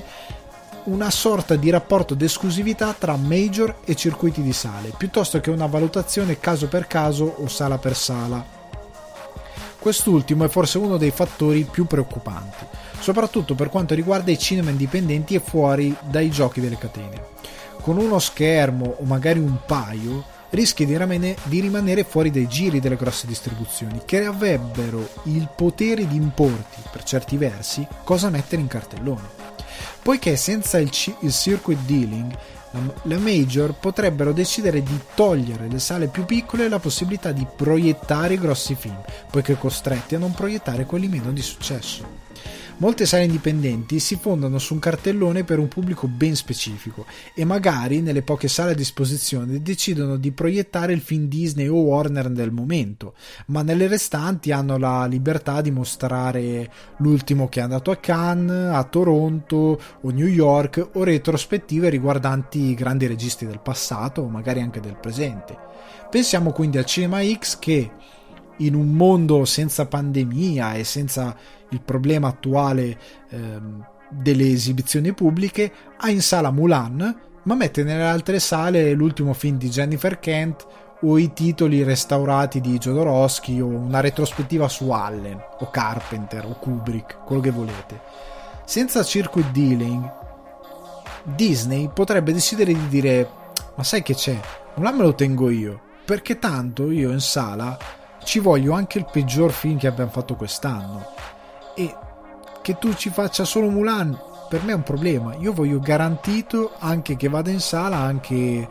una sorta di rapporto d'esclusività tra major e circuiti di sale, piuttosto che una valutazione caso per caso o sala per sala. Quest'ultimo è forse uno dei fattori più preoccupanti, soprattutto per quanto riguarda i cinema indipendenti e fuori dai giochi delle catene. Con uno schermo o magari un paio rischi di, ramene, di rimanere fuori dai giri delle grosse distribuzioni, che avrebbero il potere di importi, per certi versi, cosa mettere in cartellone. Poiché senza il, c- il circuit dealing, le major potrebbero decidere di togliere le sale più piccole la possibilità di proiettare i grossi film, poiché costretti a non proiettare quelli meno di successo. Molte sale indipendenti si fondano su un cartellone per un pubblico ben specifico e magari nelle poche sale a disposizione decidono di proiettare il film Disney o Warner del momento, ma nelle restanti hanno la libertà di mostrare l'ultimo che è andato a Cannes, a Toronto o New York, o retrospettive riguardanti grandi registi del passato o magari anche del presente. Pensiamo quindi al Cinema X, che in un mondo senza pandemia e senza il problema attuale ehm, delle esibizioni pubbliche, ha in sala Mulan, ma mette nelle altre sale l'ultimo film di Jennifer Kent o i titoli restaurati di Jodorowsky o una retrospettiva su Allen o Carpenter o Kubrick, quello che volete. Senza circuit dealing Disney potrebbe decidere di dire: ma sai che c'è? Non me lo tengo io, perché tanto io in sala ci voglio anche il peggior film che abbiamo fatto quest'anno, e che tu ci faccia solo Mulan per me è un problema. Io voglio garantito anche che vada in sala anche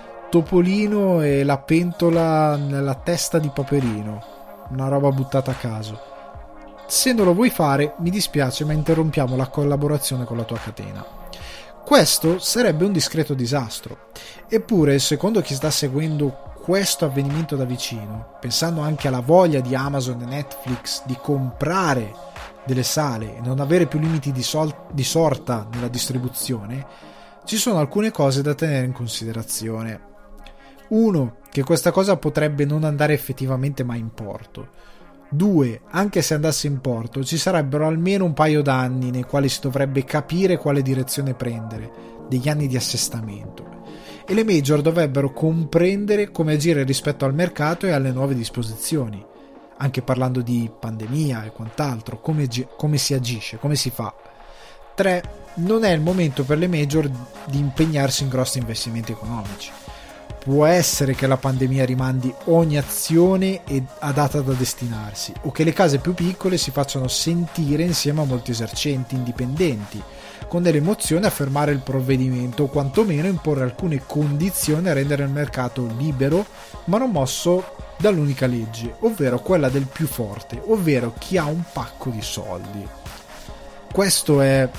Topolino e la pentola nella testa di Paperino, una roba buttata a caso. Se non lo vuoi fare, mi dispiace, ma interrompiamo la collaborazione con la tua catena. Questo sarebbe un discreto disastro. Eppure, secondo chi sta seguendo questo avvenimento da vicino, pensando anche alla voglia di Amazon e Netflix di comprare delle sale e non avere più limiti di, sol- di sorta nella distribuzione, ci sono alcune cose da tenere in considerazione. Uno, che questa cosa potrebbe non andare effettivamente mai in porto. Due, anche se andasse in porto, ci sarebbero almeno un paio d'anni nei quali si dovrebbe capire quale direzione prendere, degli anni di assestamento. E le major dovrebbero comprendere come agire rispetto al mercato e alle nuove disposizioni, anche parlando di pandemia e quant'altro, come, come si agisce, come si fa. Tre, non è il momento per le major di impegnarsi in grossi investimenti economici. Può essere che la pandemia rimandi ogni azione a data da destinarsi, o che le case più piccole si facciano sentire insieme a molti esercenti indipendenti, con delle mozioni a fermare il provvedimento o quantomeno imporre alcune condizioni a rendere il mercato libero ma non mosso dall'unica legge, ovvero quella del più forte, ovvero chi ha un pacco di soldi. Questa è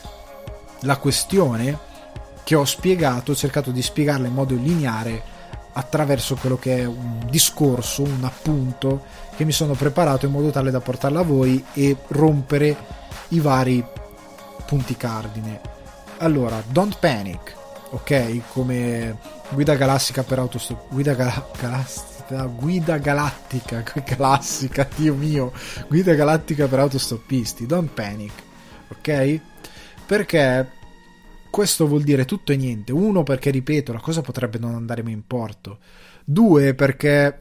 la questione che ho spiegato, ho cercato di spiegarla in modo lineare attraverso quello che è un discorso, un appunto che mi sono preparato in modo tale da portarla a voi e rompere i vari punti cardine. Allora, don't panic, ok? Come guida galastica per autostop, guida gal- galastica, guida galattica, classica, Dio mio, guida galattica per autostoppisti, don't panic, ok? Perché questo vuol dire tutto e niente. Uno, perché ripeto, la cosa potrebbe non andare mai in porto. Due, perché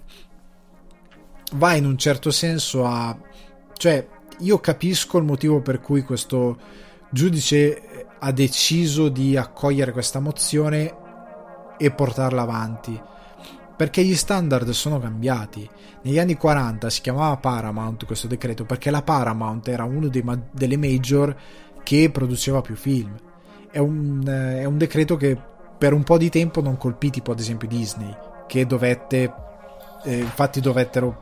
va in un certo senso a, cioè, io capisco il motivo per cui questo giudice ha deciso di accogliere questa mozione e portarla avanti, perché gli standard sono cambiati. Negli anni quaranta si chiamava Paramount questo decreto perché la Paramount era uno dei ma- delle major che produceva più film. È un, è un decreto che per un po' di tempo non colpì tipo ad esempio Disney, che dovette eh, infatti dovettero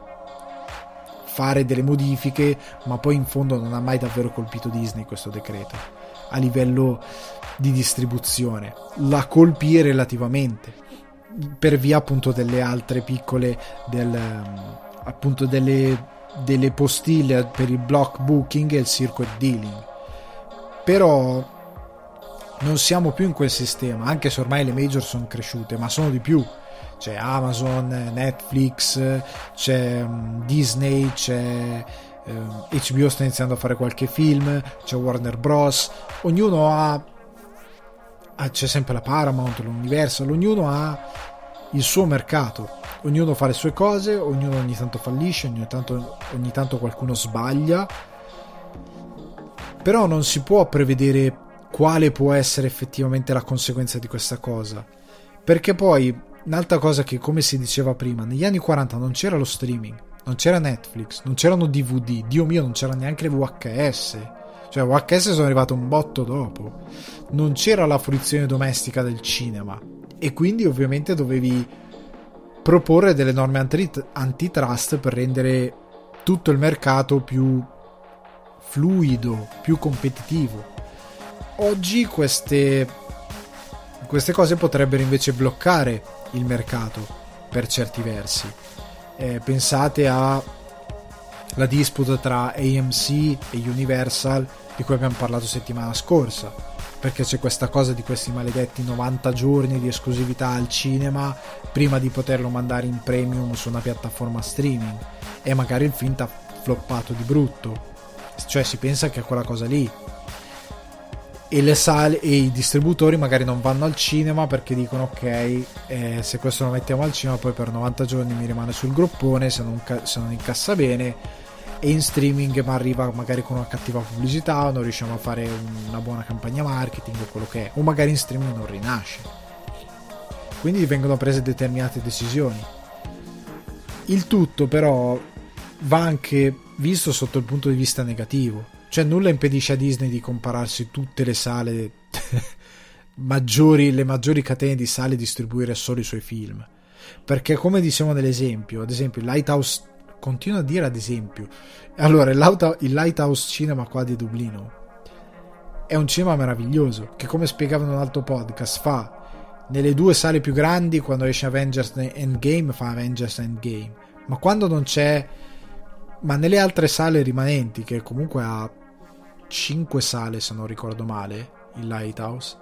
fare delle modifiche, ma poi in fondo non ha mai davvero colpito Disney questo decreto a livello di distribuzione. La colpì relativamente per via appunto delle altre piccole del, appunto delle, delle postille per il block booking e il circuit dealing. Però non siamo più in quel sistema, anche se ormai le major sono cresciute, ma sono di più. C'è Amazon, Netflix, c'è um, Disney, c'è um, H B O sta iniziando a fare qualche film, c'è Warner Bros. Ognuno ha, ha c'è sempre la Paramount, l'Universal, ognuno ha il suo mercato, ognuno fa le sue cose, ognuno ogni tanto fallisce, ogni tanto, ogni tanto qualcuno sbaglia, però non si può prevedere quale può essere effettivamente la conseguenza di questa cosa, perché poi un'altra cosa che, come si diceva prima, negli anni quaranta non c'era lo streaming, non c'era Netflix, non c'erano D V D, Dio mio, non c'era neanche le V H S, cioè V H S sono arrivato un botto dopo, non c'era la fruizione domestica del cinema e quindi ovviamente dovevi proporre delle norme antitrust per rendere tutto il mercato più fluido, più competitivo. Oggi queste queste cose potrebbero invece bloccare il mercato per certi versi. Eh, pensate a la disputa tra A M C e Universal di cui abbiamo parlato settimana scorsa, perché c'è questa cosa di questi maledetti novanta giorni di esclusività al cinema prima di poterlo mandare in premium su una piattaforma streaming e magari il film t'ha floppato di brutto, cioè si pensa che è quella cosa lì. E le sale e i distributori magari non vanno al cinema perché dicono ok, eh, se questo lo mettiamo al cinema poi per novanta giorni mi rimane sul groppone, se non, ca- se non incassa bene e in streaming ma arriva magari con una cattiva pubblicità, o non riusciamo a fare una buona campagna marketing o quello che è, o magari in streaming non rinasce, quindi vengono prese determinate decisioni. Il tutto però va anche visto sotto il punto di vista negativo, cioè nulla impedisce a Disney di compararsi tutte le sale maggiori, le maggiori catene di sale, distribuire solo i suoi film, perché come diciamo nell'esempio, ad esempio il Lighthouse, continuo a dire ad esempio, allora il Lighthouse Cinema qua di Dublino è un cinema meraviglioso che, come spiegavo in un altro podcast, fa nelle due sale più grandi, quando esce Avengers Endgame fa Avengers Endgame, ma quando non c'è, ma nelle altre sale rimanenti, che comunque ha cinque sale se non ricordo male il Lighthouse,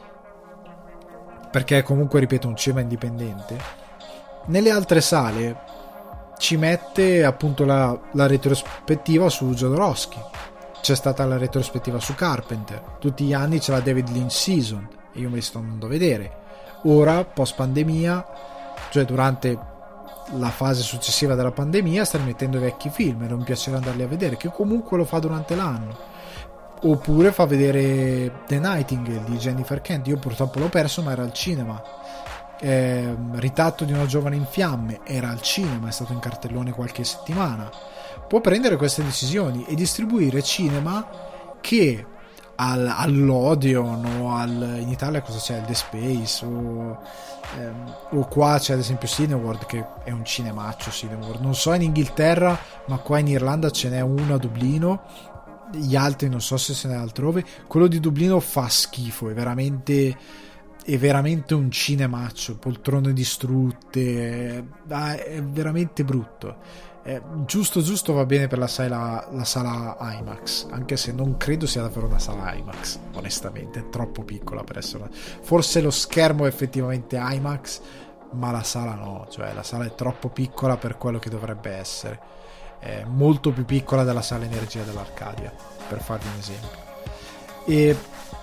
perché comunque ripeto un cinema indipendente, nelle altre sale ci mette appunto la, la retrospettiva su Jodorowsky, c'è stata la retrospettiva su Carpenter, tutti gli anni c'è la David Lynch Season e io me li sto andando a vedere. Ora post pandemia, cioè durante la fase successiva della pandemia, sta rimettendo i vecchi film ed è un piacere andarli a vedere, che comunque lo fa durante l'anno. Oppure fa vedere The Nightingale di Jennifer Kent, io purtroppo l'ho perso ma era al cinema. Eh, Ritratto di una giovane in fiamme era al cinema, è stato in cartellone qualche settimana. Può prendere queste decisioni e distribuire cinema che al, all'Odeon o al, in Italia cosa c'è? Il The Space o, ehm, o qua c'è ad esempio Cineworld, che è un cinemaccio. Cineworld non so in Inghilterra, ma qua in Irlanda ce n'è uno a Dublino, gli altri non so se ce n'è altrove. Quello di Dublino fa schifo, è veramente è veramente un cinemaccio, poltrone distrutte, è, è veramente brutto. È giusto giusto va bene per la sala, la sala IMAX, anche se non credo sia davvero una sala IMAX, onestamente è troppo piccola per essere una... forse lo schermo è effettivamente IMAX, ma la sala no, cioè la sala è troppo piccola per quello che dovrebbe essere, è molto più piccola della sala Energia dell'Arcadia, per farvi un esempio. E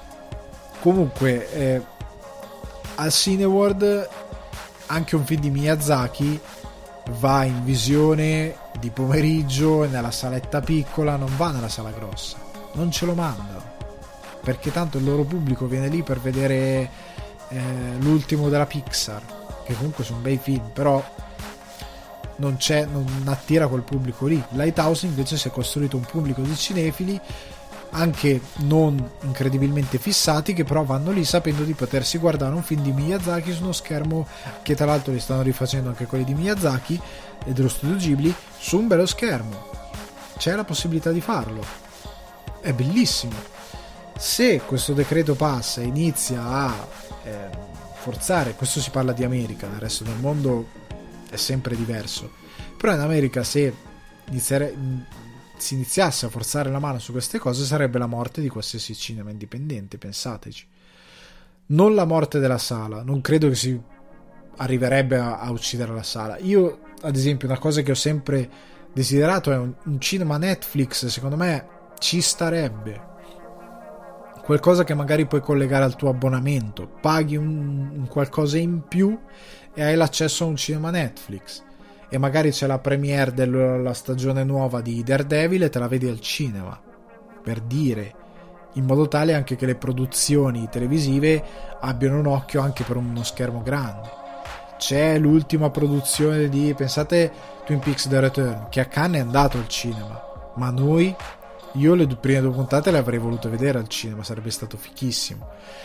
comunque eh, al Cineworld anche un film di Miyazaki va in visione di pomeriggio nella saletta piccola, non va nella sala grossa, non ce lo mandano, perché tanto il loro pubblico viene lì per vedere eh, l'ultimo della Pixar, che comunque sono bei film, però non c'è, non attira quel pubblico lì. Lighthouse invece si è costruito un pubblico di cinefili anche non incredibilmente fissati, che però vanno lì sapendo di potersi guardare un film di Miyazaki su uno schermo, che tra l'altro li stanno rifacendo anche quelli di Miyazaki e dello studio Ghibli, su un bello schermo. C'è la possibilità di farlo, è bellissimo. Se questo decreto passa e inizia a eh, forzare, questo si parla di America, nel resto del mondo è sempre diverso, però in America se iniziare si iniziasse a forzare la mano su queste cose, sarebbe la morte di qualsiasi cinema indipendente, pensateci. Non la morte della sala, non credo che si arriverebbe a, a uccidere la sala. Io ad esempio una cosa che ho sempre desiderato è un, un cinema Netflix, secondo me ci starebbe, qualcosa che magari puoi collegare al tuo abbonamento, paghi un, un qualcosa in più e hai l'accesso a un cinema Netflix, e magari c'è la premiere della stagione nuova di Daredevil e te la vedi al cinema, per dire, in modo tale anche che le produzioni televisive abbiano un occhio anche per uno schermo grande. C'è l'ultima produzione di, pensate, Twin Peaks The Return, che a Cannes è andato al cinema, ma noi, io le prime due puntate le avrei volute vedere al cinema, sarebbe stato fichissimo.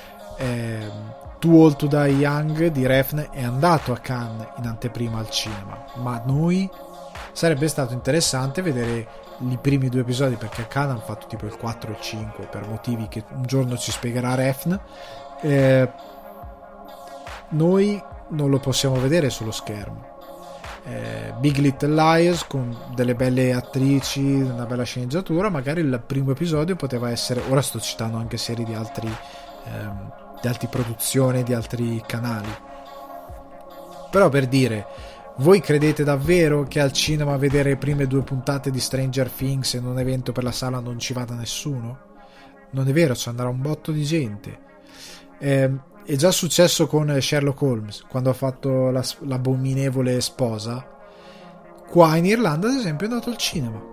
eh, Too Old to Die Young di Refn è andato a Cannes in anteprima al cinema, ma noi sarebbe stato interessante vedere i primi due episodi, perché a Cannes hanno fatto tipo il quattro e il cinque per motivi che un giorno ci spiegherà Refn. eh, noi non lo possiamo vedere sullo schermo. eh, Big Little Lies con delle belle attrici, una bella sceneggiatura, magari il primo episodio poteva essere, ora sto citando anche serie di altri ehm, di altre produzioni, di altri canali, però per dire, voi credete davvero che al cinema vedere le prime due puntate di Stranger Things in un evento per la sala non ci vada nessuno? Non è vero, ci andrà un botto di gente. eh, è già successo con Sherlock Holmes quando ha fatto la, l'abominevole sposa. Qua in Irlanda ad esempio è andato al cinema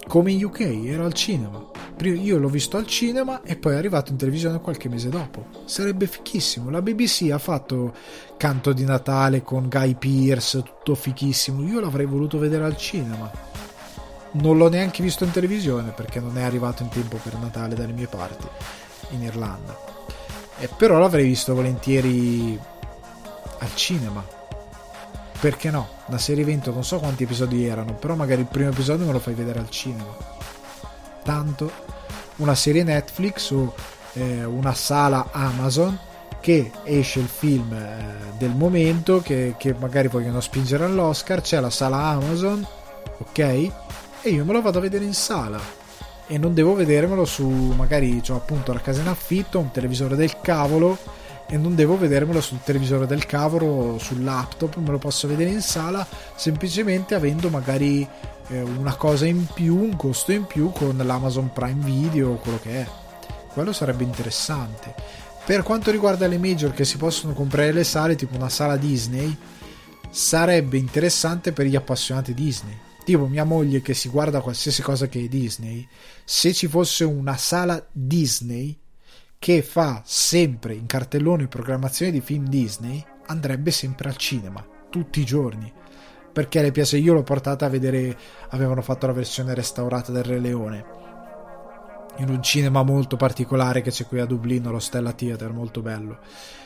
come in U K, era al cinema. Io l'ho visto al cinema e poi è arrivato in televisione qualche mese dopo. Sarebbe fichissimo. La B B C ha fatto Canto di Natale con Guy Pearce, tutto fichissimo. Io l'avrei voluto vedere al cinema. Non l'ho neanche visto in televisione perché non è arrivato in tempo per Natale dalle mie parti in Irlanda. E però l'avrei visto volentieri al cinema. Perché no? Una serie evento, non so quanti episodi erano, però magari il primo episodio me lo fai vedere al cinema. Tanto una serie Netflix o eh, una sala Amazon che esce il film eh, del momento che, che magari vogliono spingere all'Oscar, c'è la sala Amazon, ok? E io me lo vado a vedere in sala e non devo vedermelo su, magari c'ho appunto la casa in affitto, un televisore del cavolo, e non devo vedermelo sul televisore del cavolo, sul laptop, me lo posso vedere in sala semplicemente avendo magari eh, una cosa in più, un costo in più con l'Amazon Prime Video o quello che è. Quello sarebbe interessante. Per quanto riguarda le major che si possono comprare le sale, tipo una sala Disney, sarebbe interessante per gli appassionati Disney, tipo mia moglie che si guarda qualsiasi cosa che è Disney. Se ci fosse una sala Disney che fa sempre in cartellone programmazione di film Disney, andrebbe sempre al cinema tutti i giorni, perché le piace. Io l'ho portata a vedere, avevano fatto la versione restaurata del Re Leone in un cinema molto particolare che c'è qui a Dublino, lo Stella Theatre, molto bello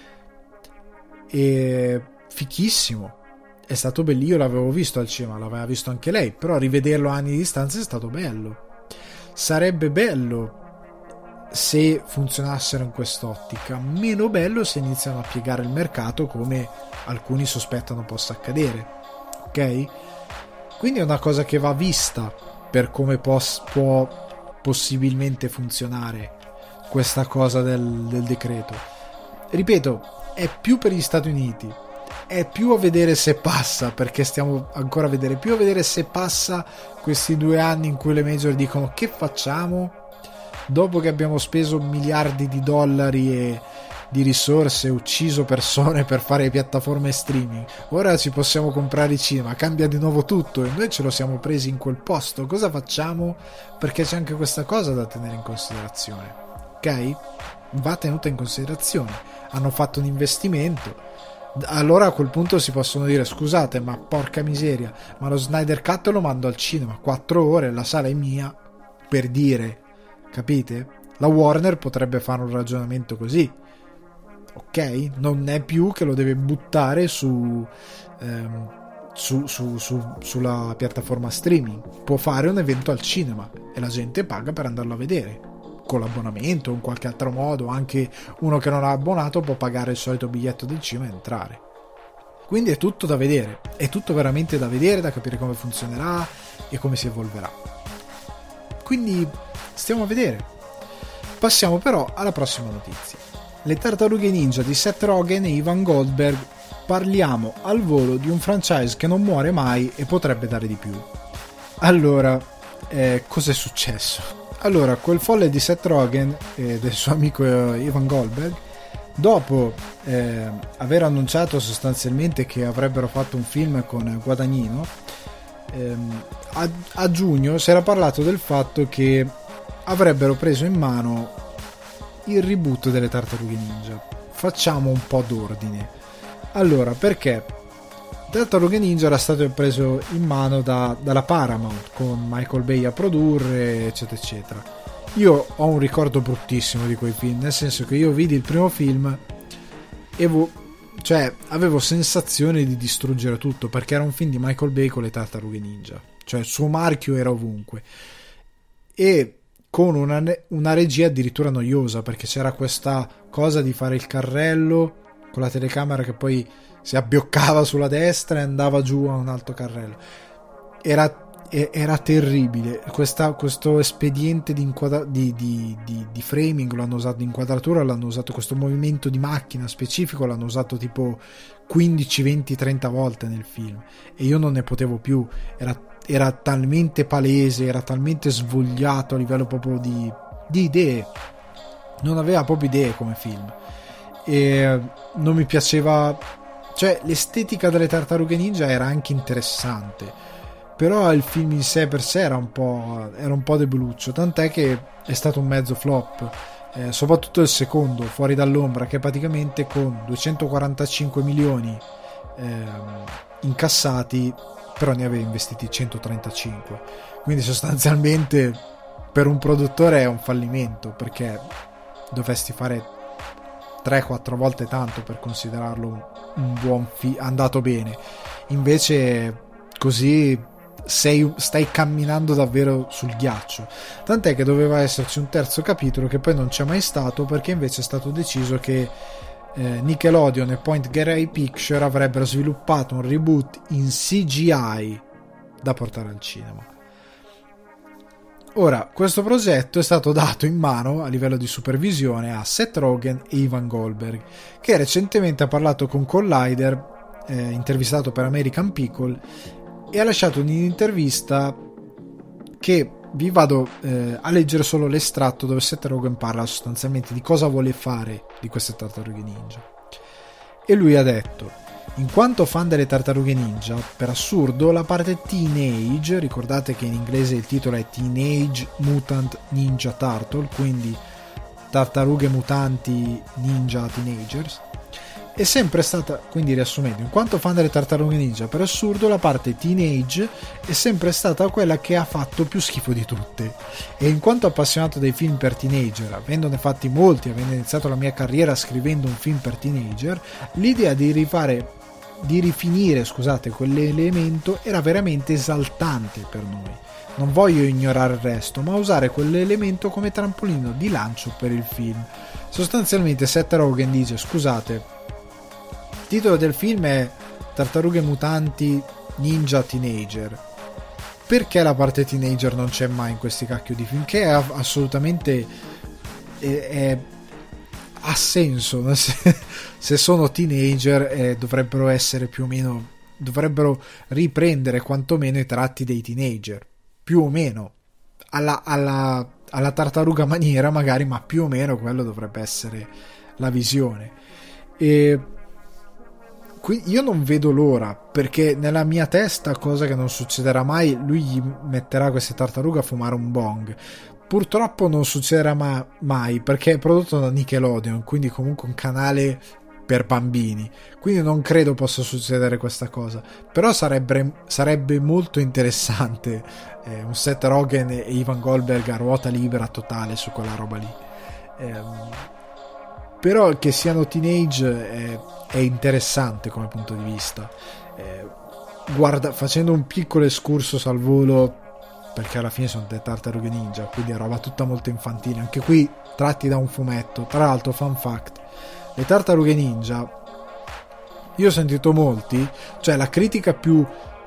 e fichissimo, è stato bello. Io l'avevo visto al cinema, l'aveva visto anche lei, però rivederlo a anni di distanza è stato bello. Sarebbe bello se funzionassero in quest'ottica, meno bello se iniziano a piegare il mercato come alcuni sospettano possa accadere, ok? Quindi è una cosa che va vista per come pos- può possibilmente funzionare questa cosa del, del decreto. Ripeto, è più per gli Stati Uniti, è più a vedere se passa, perché stiamo ancora a vedere, più a vedere se passa questi due anni in cui le major dicono che facciamo dopo che abbiamo speso miliardi di dollari e di risorse, ucciso persone per fare le piattaforme streaming, ora ci possiamo comprare i cinema, cambia di nuovo tutto e noi ce lo siamo presi in quel posto, cosa facciamo? Perché c'è anche questa cosa da tenere in considerazione, ok? Va tenuta in considerazione. Hanno fatto un investimento, allora a quel punto si possono dire scusate, ma porca miseria, ma lo Snyder Cut lo mando al cinema quattro ore, la sala è mia, per dire, capite? La Warner potrebbe fare un ragionamento così, ok? Non è più che lo deve buttare su, ehm, su, su, su sulla piattaforma streaming, può fare un evento al cinema e la gente paga per andarlo a vedere con l'abbonamento o in qualche altro modo. Anche uno che non ha abbonato può pagare il solito biglietto del cinema e entrare. Quindi è tutto da vedere, è tutto veramente da vedere, da capire come funzionerà e come si evolverà. Quindi stiamo a vedere. Passiamo però alla prossima notizia. Le Tartarughe Ninja di Seth Rogen e Ivan Goldberg. Parliamo al volo di un franchise che non muore mai e potrebbe dare di più. Allora, eh, cos'è successo? Allora, quel folle di Seth Rogen e del suo amico Ivan Goldberg, dopo eh, aver annunciato sostanzialmente che avrebbero fatto un film con Guadagnino, ehm, a, a giugno si era parlato del fatto che avrebbero preso in mano il reboot delle Tartarughe Ninja. Facciamo un po' d'ordine. Allora, perché Tartarughe Ninja era stato preso in mano da, dalla Paramount con Michael Bay a produrre, eccetera eccetera. Io ho un ricordo bruttissimo di quei film, nel senso che io vidi il primo film e vo- cioè avevo sensazione di distruggere tutto, perché era un film di Michael Bay con le Tartarughe Ninja, cioè il suo marchio era ovunque e con una, una regia addirittura noiosa, perché c'era questa cosa di fare il carrello con la telecamera che poi si abbioccava sulla destra e andava giù a un altro carrello. Era, era terribile. Questa, questo espediente di, inquadra- di, di, di, di framing l'hanno usato, di inquadratura l'hanno usato, questo movimento di macchina specifico l'hanno usato tipo quindici, venti, trenta volte nel film e io non ne potevo più. Era, era talmente palese, era talmente svogliato a livello proprio di, di idee, non aveva proprio idee come film e non mi piaceva. Cioè l'estetica delle Tartarughe Ninja era anche interessante, però il film in sé per sé era un po', era un po' deboluccio, tant'è che è stato un mezzo flop, eh, soprattutto il secondo, Fuori dall'ombra, che praticamente con duecentoquarantacinque milioni eh, incassati, però ne aveva investiti centotrentacinque, quindi sostanzialmente per un produttore è un fallimento, perché dovresti fare tre quattro volte tanto per considerarlo un buon film andato bene, invece così sei, stai camminando davvero sul ghiaccio, tant'è che doveva esserci un terzo capitolo che poi non c'è mai stato, perché invece è stato deciso che eh, Nickelodeon e Point Grey Picture avrebbero sviluppato un reboot in C G I da portare al cinema. Ora, questo progetto è stato dato in mano a livello di supervisione a Seth Rogen e Ivan Goldberg, che recentemente ha parlato con Collider, eh, intervistato per American Pickle, e ha lasciato un'intervista che vi vado eh, a leggere solo l'estratto, dove Seth Rogen parla sostanzialmente di cosa vuole fare di queste tartarughe ninja. E lui ha detto: in quanto fan delle tartarughe ninja, per assurdo la parte teenage, ricordate che in inglese il titolo è Teenage Mutant Ninja Turtle, quindi tartarughe mutanti ninja teenagers, è sempre stata, quindi riassumendo, in quanto fan delle tartarughe ninja, per assurdo la parte teenage è sempre stata quella che ha fatto più schifo di tutte, e in quanto appassionato dei film per teenager, avendone fatti molti, avendo iniziato la mia carriera scrivendo un film per teenager, l'idea di rifare di rifinire, scusate, quell'elemento era veramente esaltante per noi. Non voglio ignorare il resto, ma usare quell'elemento come trampolino di lancio per il film. Sostanzialmente Seth Rogen dice: scusate, il titolo del film è Tartarughe mutanti ninja teenager, perché la parte teenager non c'è mai in questi cacchio di film? Che è assolutamente è, è, ha senso, se, se sono teenager eh, dovrebbero essere più o meno, dovrebbero riprendere quantomeno i tratti dei teenager, più o meno alla, alla, alla tartaruga maniera magari, ma più o meno quello dovrebbe essere la visione. E qui io non vedo l'ora, perché nella mia testa, cosa che non succederà mai, lui gli metterà queste tartarughe a fumare un bong. Purtroppo non succederà ma- mai, perché è prodotto da Nickelodeon, quindi comunque un canale per bambini, quindi non credo possa succedere questa cosa, però sarebbe, sarebbe molto interessante eh, un Seth Rogen e Ivan Goldberg a ruota libera totale su quella roba lì. Ehm, però che siano teenage è, è interessante come punto di vista. Eh, guarda, facendo un piccolo excursus al volo, perché alla fine sono delle tartarughe ninja, quindi è roba tutta molto infantile, anche qui tratti da un fumetto. Tra l'altro, fun fact, le tartarughe ninja, io ho sentito molti, cioè la critica più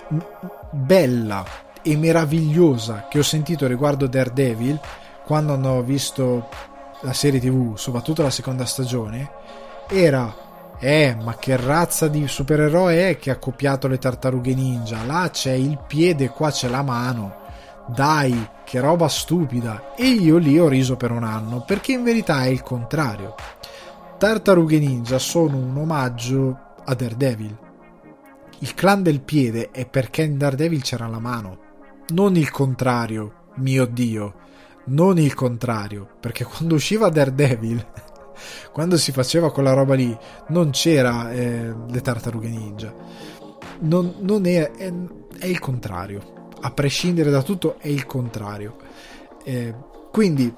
bella e meravigliosa che ho sentito riguardo Daredevil, quando hanno visto la serie tv, soprattutto la seconda stagione, era eh ma che razza di supereroe è che ha copiato le tartarughe ninja? Là c'è il piede, qua c'è la mano, dai, che roba stupida. E io lì ho riso per un anno, perché in verità è il contrario. Tartarughe ninja sono un omaggio a Daredevil. Il clan del piede è perché in Daredevil c'era la mano, non il contrario, mio dio, non il contrario, perché quando usciva Daredevil, quando si faceva quella roba lì, non c'era eh, le tartarughe ninja, non, non è, è, è il contrario, a prescindere da tutto è il contrario. Eh, quindi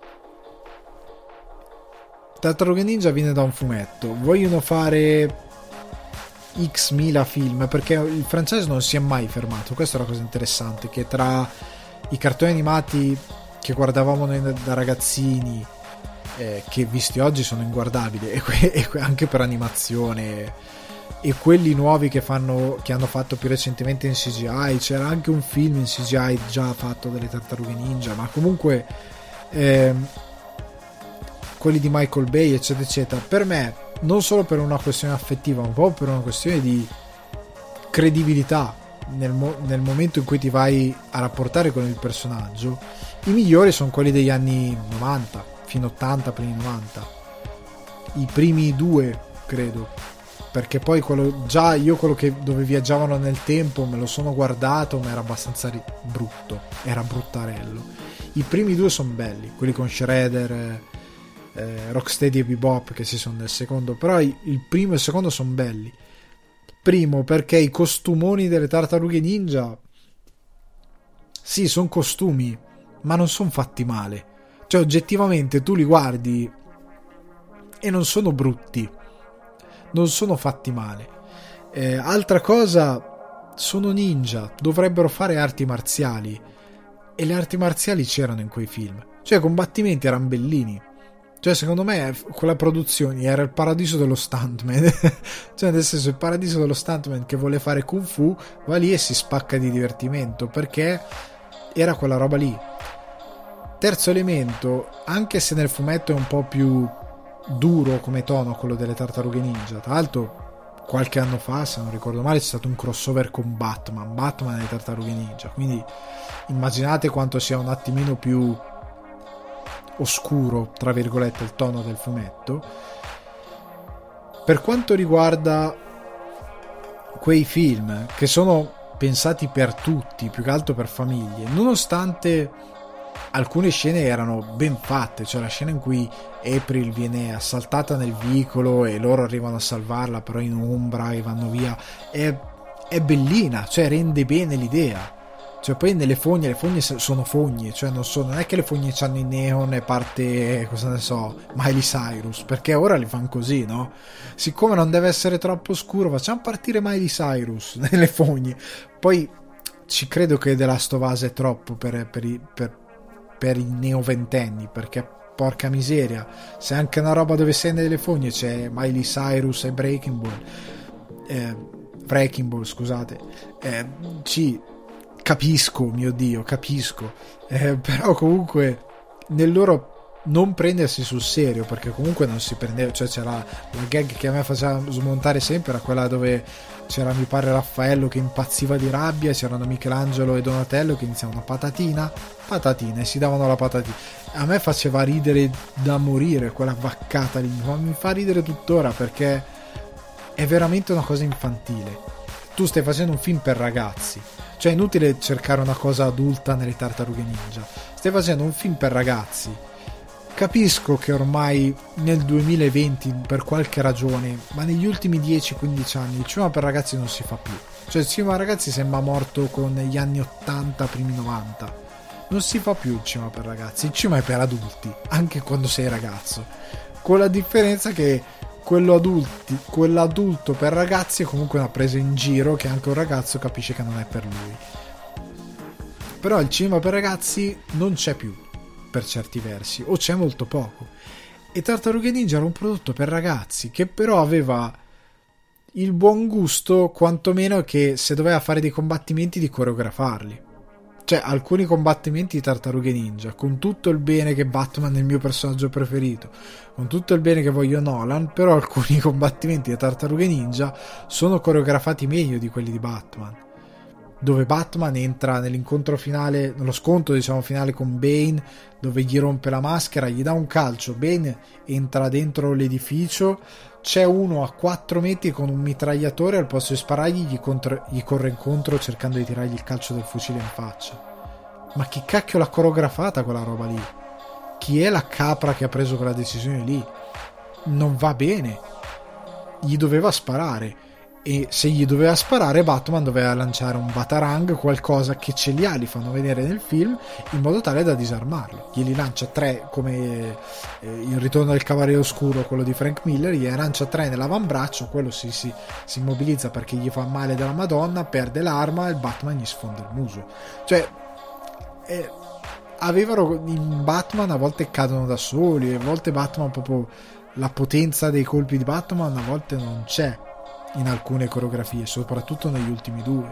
Tartarughe Ninja viene da un fumetto, vogliono fare x mila film, perché il franchise non si è mai fermato. Questa è la cosa interessante, che tra i cartoni animati che guardavamo noi da ragazzini, eh, che visti oggi sono inguardabili, e, que- e anche per animazione, e quelli nuovi che fanno, che hanno fatto più recentemente in C G I, c'era anche un film in C G I già fatto delle tartarughe ninja, ma comunque ehm, quelli di Michael Bay eccetera eccetera, per me, non solo per una questione affettiva, ma proprio per una questione di credibilità nel, mo- nel momento in cui ti vai a rapportare con il personaggio, i migliori sono quelli degli anni novanta fino ottanta, primi novanta, i primi due credo, perché poi quello, già io quello che dove viaggiavano nel tempo me lo sono guardato, ma era abbastanza ri- brutto, era bruttarello. I primi due sono belli, quelli con Shredder, eh, Rocksteady e Bebop, che si sono nel secondo, però il, il primo e il secondo sono belli. Primo perché i costumoni delle tartarughe ninja, sì, sono costumi, ma non sono fatti male, cioè oggettivamente tu li guardi e non sono brutti, non sono fatti male. Eh, altra cosa, sono ninja, dovrebbero fare arti marziali, e le arti marziali c'erano in quei film, cioè i combattimenti erano bellini, cioè secondo me quella produzione era il paradiso dello stuntman cioè nel senso, il paradiso dello stuntman che vuole fare kung fu va lì e si spacca di divertimento, perché era quella roba lì. Terzo elemento, anche se nel fumetto è un po' più duro come tono quello delle tartarughe ninja, tra l'altro qualche anno fa, se non ricordo male, c'è stato un crossover con Batman Batman e le tartarughe ninja, quindi immaginate quanto sia un attimino più oscuro, tra virgolette, il tono del fumetto. Per quanto riguarda quei film che sono pensati per tutti, più che altro per famiglie, nonostante alcune scene erano ben fatte, cioè la scena in cui April viene assaltata nel vicolo e loro arrivano a salvarla però in ombra e vanno via, è, è bellina, cioè rende bene l'idea. Cioè poi nelle fogne, le fogne sono fogne, cioè non, sono, non è che le fogne c'hanno i neon e parte, cosa ne so, Miley Cyrus, perché ora li fanno così, no? Siccome non deve essere troppo scuro, facciamo partire Miley Cyrus nelle fogne. Poi ci credo che The Last of Us è troppo per, per, i, per, per i neoventenni, perché porca miseria, se anche una roba dove sei nelle fogne c'è Miley Cyrus e Breaking Ball, eh, Breaking Ball, scusate, eh, ci... capisco, mio Dio, capisco, eh, però comunque nel loro non prendersi sul serio, perché comunque non si prendeva, cioè c'era la gag che a me faceva smontare sempre, era quella dove c'era mi pare Raffaello che impazziva di rabbia, c'erano Michelangelo e Donatello che iniziavano patatina, patatina e si davano la patatina. A me faceva ridere da morire quella vaccata lì, ma mi fa ridere tuttora perché è veramente una cosa infantile. Tu stai facendo un film per ragazzi, cioè è inutile cercare una cosa adulta nelle tartarughe ninja, stai facendo un film per ragazzi. Capisco che ormai nel duemilaventi per qualche ragione, ma negli ultimi dieci quindici anni il cinema per ragazzi non si fa più, cioè il cinema per ragazzi sembra morto con gli anni ottanta primi novanta, non si fa più il cinema per ragazzi, il cinema è per adulti anche quando sei ragazzo, con la differenza che quello adulti, quell'adulto per ragazzi è comunque una presa in giro che anche un ragazzo capisce che non è per lui. Però il cinema per ragazzi non c'è più per certi versi, o c'è molto poco, e Tartarughe Ninja era un prodotto per ragazzi che però aveva il buon gusto quantomeno che se doveva fare dei combattimenti di coreografarli. Cioè alcuni combattimenti di Tartarughe Ninja, con tutto il bene che Batman è il mio personaggio preferito, con tutto il bene che voglio Nolan, però alcuni combattimenti di Tartarughe Ninja sono coreografati meglio di quelli di Batman, dove Batman entra nell'incontro finale, nello scontro diciamo finale con Bane, dove gli rompe la maschera, gli dà un calcio, Bane entra dentro l'edificio, c'è uno a quattro metri con un mitragliatore, al posto di sparargli gli, contro, gli corre incontro cercando di tirargli il calcio del fucile in faccia. Ma chi cacchio l'ha coreografata quella roba lì? Chi è la capra che ha preso quella decisione lì? Non va bene, gli doveva sparare, e se gli doveva sparare Batman doveva lanciare un batarang, qualcosa che ce li ha, li fanno vedere nel film, in modo tale da disarmarlo. Glieli lancia tre come eh, il ritorno del Cavaliere Oscuro, quello di Frank Miller, gli lancia tre nell'avambraccio, quello si, si, si immobilizza perché gli fa male della Madonna, perde l'arma e il Batman gli sfonda il muso. Cioè eh, avevano in Batman a volte cadono da soli, a volte Batman proprio la potenza dei colpi di Batman a volte non c'è in alcune coreografie, soprattutto negli ultimi due.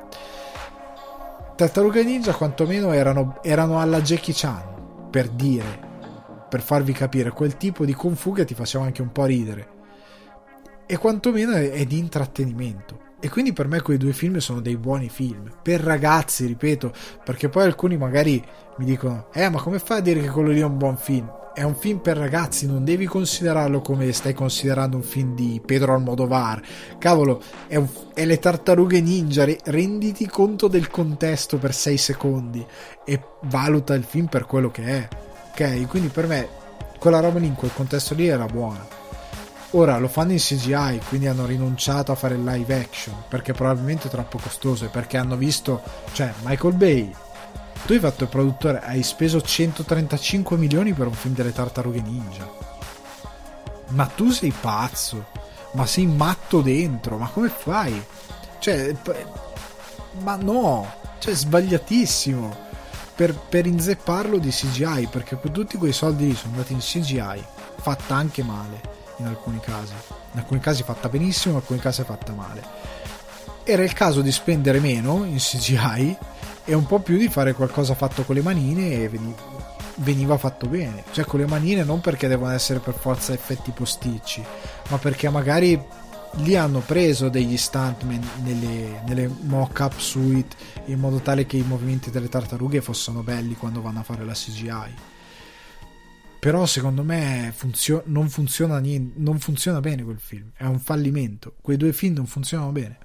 Tartarughe Ninja quantomeno erano, erano alla Jackie Chan, per dire, per farvi capire, quel tipo di kung fu che ti faceva anche un po' ridere, e quantomeno è, è di intrattenimento. E quindi per me quei due film sono dei buoni film per ragazzi, ripeto, perché poi alcuni magari mi dicono eh ma come fai a dire che quello lì è un buon film? è un film per ragazzi, non devi considerarlo come stai considerando un film di Pedro Almodovar. Cavolo, è, un, è le tartarughe ninja, re, renditi conto del contesto per sei secondi e valuta il film per quello che è, ok? Quindi per me quella roba lì in quel contesto lì era buona. Ora lo fanno in C G I, quindi hanno rinunciato a fare il live action perché probabilmente è troppo costoso e perché hanno visto, cioè Michael Bay, tu hai fatto il produttore, hai speso centotrentacinque milioni per un film delle tartarughe ninja, ma tu sei pazzo, ma sei matto dentro, ma come fai? Cioè, ma no, cioè sbagliatissimo per, per inzepparlo di C G I, perché tutti quei soldi lì sono andati in C G I, fatta anche male in alcuni casi, in alcuni casi fatta benissimo, in alcuni casi fatta male. Era il caso di spendere meno in C G I e un po' più di fare qualcosa fatto con le manine e veniva, veniva fatto bene, cioè con le manine, non perché devono essere per forza effetti posticci, ma perché magari lì hanno preso degli stuntman nelle, nelle mock-up suite in modo tale che i movimenti delle tartarughe fossero belli quando vanno a fare la C G I. Però secondo me funzio- non funziona niente, non funziona bene quel film, è un fallimento, quei due film non funzionano bene.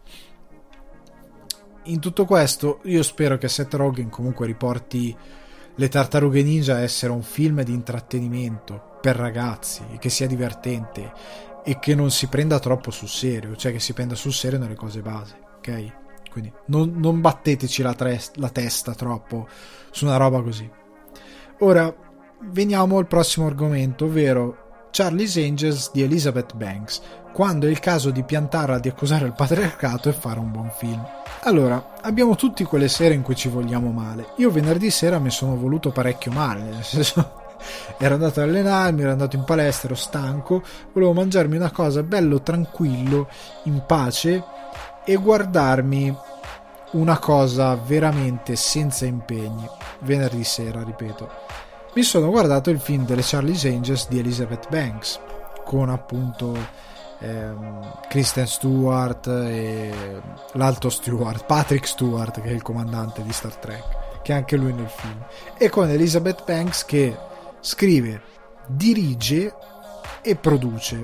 In tutto questo io spero che Seth Rogen comunque riporti le tartarughe ninja a essere un film di intrattenimento per ragazzi, che sia divertente e che non si prenda troppo sul serio, cioè che si prenda sul serio nelle cose base, ok? Quindi non, non batteteci la, tre- la testa troppo su una roba così. Ora veniamo al prossimo argomento, ovvero Charlie's Angels di Elizabeth Banks, quando è il caso di piantarla, di accusare il patriarcato e fare un buon film. Allora, abbiamo tutti quelle sere in cui ci vogliamo male. Io venerdì sera mi sono voluto parecchio male, nel senso ero andato ad allenarmi, ero andato in palestra, ero stanco, volevo mangiarmi una cosa bello tranquillo, in pace, e guardarmi una cosa veramente senza impegni. Venerdì sera, ripeto, mi sono guardato il film delle Charlie's Angels di Elizabeth Banks, con appunto ehm, Kristen Stewart e l'alto Stewart, Patrick Stewart, che è il comandante di Star Trek, che è anche lui nel film, e con Elizabeth Banks che scrive, dirige e produce.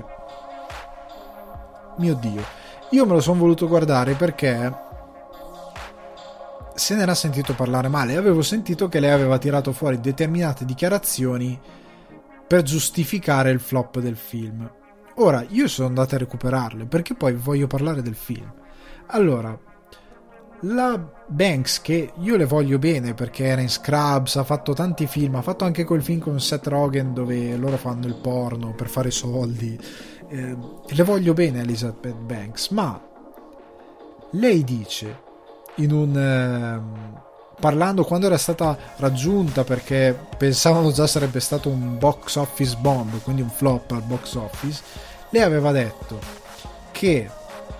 Mio Dio, io me lo sono voluto guardare perché se ne era sentito parlare male, avevo sentito che lei aveva tirato fuori determinate dichiarazioni per giustificare il flop del film. Ora, io sono andato a recuperarle perché poi voglio parlare del film. Allora, la Banks, che io le voglio bene perché era in Scrubs, ha fatto tanti film, ha fatto anche quel film con Seth Rogen dove loro fanno il porno per fare soldi, eh, le voglio bene Elizabeth Banks, ma lei dice in un eh, parlando quando era stata raggiunta, perché pensavano già sarebbe stato un box office bomb, quindi un flop al box office, lei aveva detto che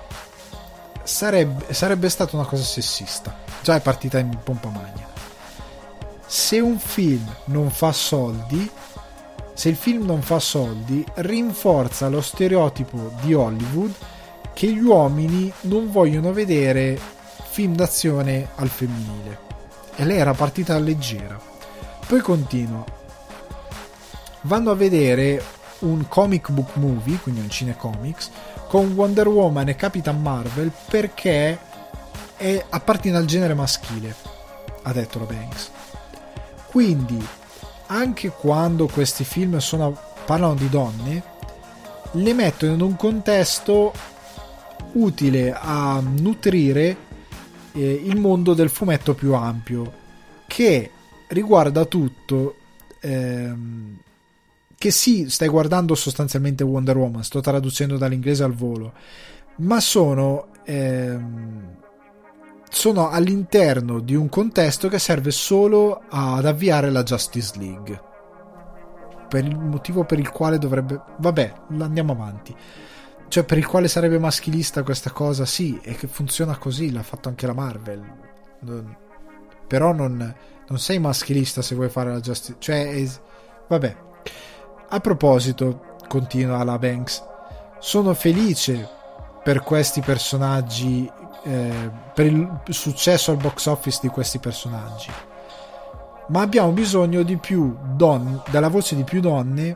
sarebbe, sarebbe stata una cosa sessista, già è partita in pompa magna. Se un film non fa soldi, se il film non fa soldi, rinforza lo stereotipo di Hollywood che gli uomini non vogliono vedere film d'azione al femminile. E lei era partita leggera. Poi continua, vanno a vedere un comic book movie, quindi un cinecomics, con Wonder Woman e Capitan Marvel perché è, appartiene al genere maschile, ha detto la Banks. Quindi anche quando questi film sono, parlano di donne, le mettono in un contesto utile a nutrire il mondo del fumetto più ampio, che riguarda tutto, ehm, che sì, stai guardando sostanzialmente Wonder Woman, sto traducendo dall'inglese al volo, ma sono ehm, sono all'interno di un contesto che serve solo ad avviare la Justice League, per il motivo per il quale dovrebbe, vabbè, andiamo avanti, cioè per il quale sarebbe maschilista questa cosa, sì, e che funziona così, l'ha fatto anche la Marvel. Non, però non, non sei maschilista se vuoi fare la Justice, cioè è, vabbè. A proposito, continua la Banks, sono felice per questi personaggi, eh, per il successo al box office di questi personaggi, ma abbiamo bisogno di più donne, della voce di più donne,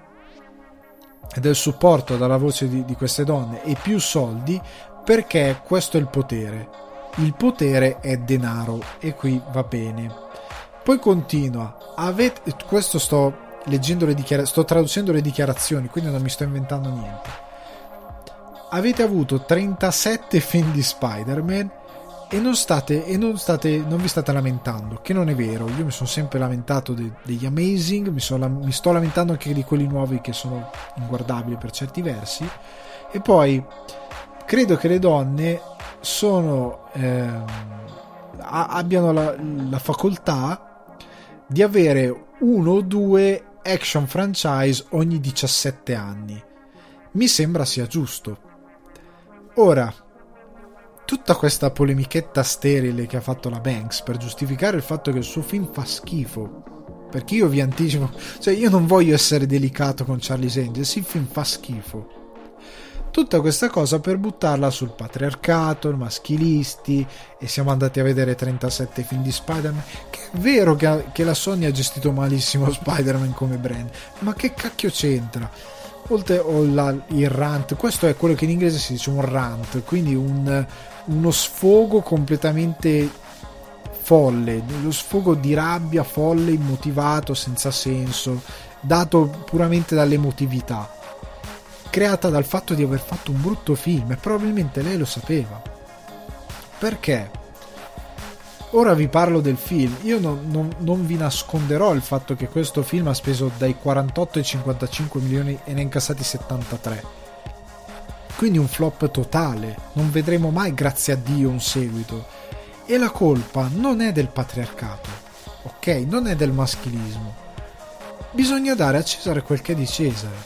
del supporto dalla voce di, di queste donne e più soldi, perché questo è il potere. Il potere è denaro e qui va bene. Poi continua, avete, questo sto leggendo le dichiarazioni, sto traducendo le dichiarazioni, quindi non mi sto inventando niente. Avete avuto trentasette film di Spider-Man e non state e non state non vi state lamentando, che non è vero. Io mi sono sempre lamentato de, degli Amazing, mi, sono, mi sto lamentando anche di quelli nuovi che sono inguardabili per certi versi. E poi credo che le donne sono ehm, abbiano la, la facoltà di avere uno o due action franchise ogni diciassette anni. Mi sembra sia giusto. Ora, tutta questa polemichetta sterile che ha fatto la Banks per giustificare il fatto che il suo film fa schifo, perché io vi anticipo, cioè io non voglio essere delicato con Charlie's Angels, il film fa schifo. Tutta questa cosa per buttarla sul patriarcato, i maschilisti, e siamo andati a vedere trentasette film di Spider-Man, che è vero che, ha, che la Sony ha gestito malissimo Spider-Man come brand, ma che cacchio c'entra? Oltre o la, il rant, questo è quello che in inglese si dice un rant, quindi un, uno sfogo completamente folle, lo sfogo di rabbia folle, immotivato, senza senso, dato puramente dall'emotività, creata dal fatto di aver fatto un brutto film, e probabilmente lei lo sapeva. Perché? Ora vi parlo del film. Io non, non, non vi nasconderò il fatto che questo film ha speso dai quarantotto ai cinquantacinque milioni e ne ha incassati settantatré. Quindi un flop totale. Non vedremo mai, grazie a Dio, un seguito. E la colpa non è del patriarcato, ok? Non è del maschilismo. Bisogna dare a Cesare quel che è di Cesare.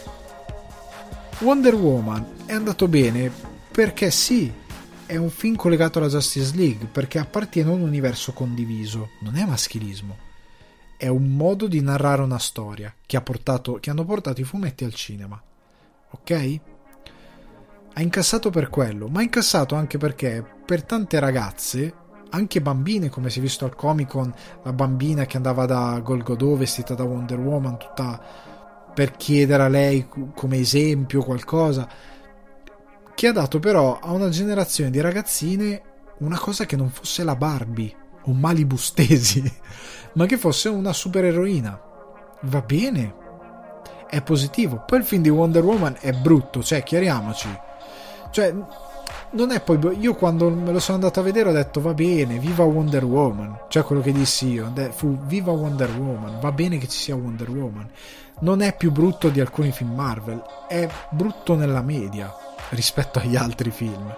Wonder Woman è andato bene perché sì, è un film collegato alla Justice League, perché appartiene a un universo condiviso. Non è maschilismo, è un modo di narrare una storia che ha portato, che hanno portato i fumetti al cinema, ok? Ha incassato per quello, ma ha incassato anche perché per tante ragazze, anche bambine, come si è visto al Comic Con, la bambina che andava da Gal Gadot vestita da Wonder Woman, tutta per chiedere a lei come esempio qualcosa, che ha dato però a una generazione di ragazzine una cosa che non fosse la Barbie o Malibu Stesi, ma che fosse una supereroina. Va bene, è positivo. Poi il film di Wonder Woman è brutto, cioè chiariamoci, cioè non è poi, io quando me lo sono andato a vedere ho detto va bene, viva Wonder Woman, cioè quello che dissi io fu viva Wonder Woman, va bene che ci sia Wonder Woman. Non è più brutto di alcuni film Marvel, è brutto nella media rispetto agli altri film.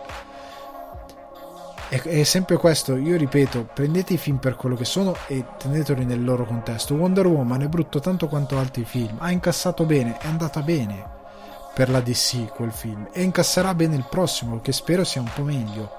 È, è sempre questo, io ripeto, prendete i film per quello che sono e teneteli nel loro contesto. Wonder Woman è brutto tanto quanto altri film, ha incassato bene, è andata bene per la D C quel film, e incasserà bene il prossimo, che spero sia un po' meglio.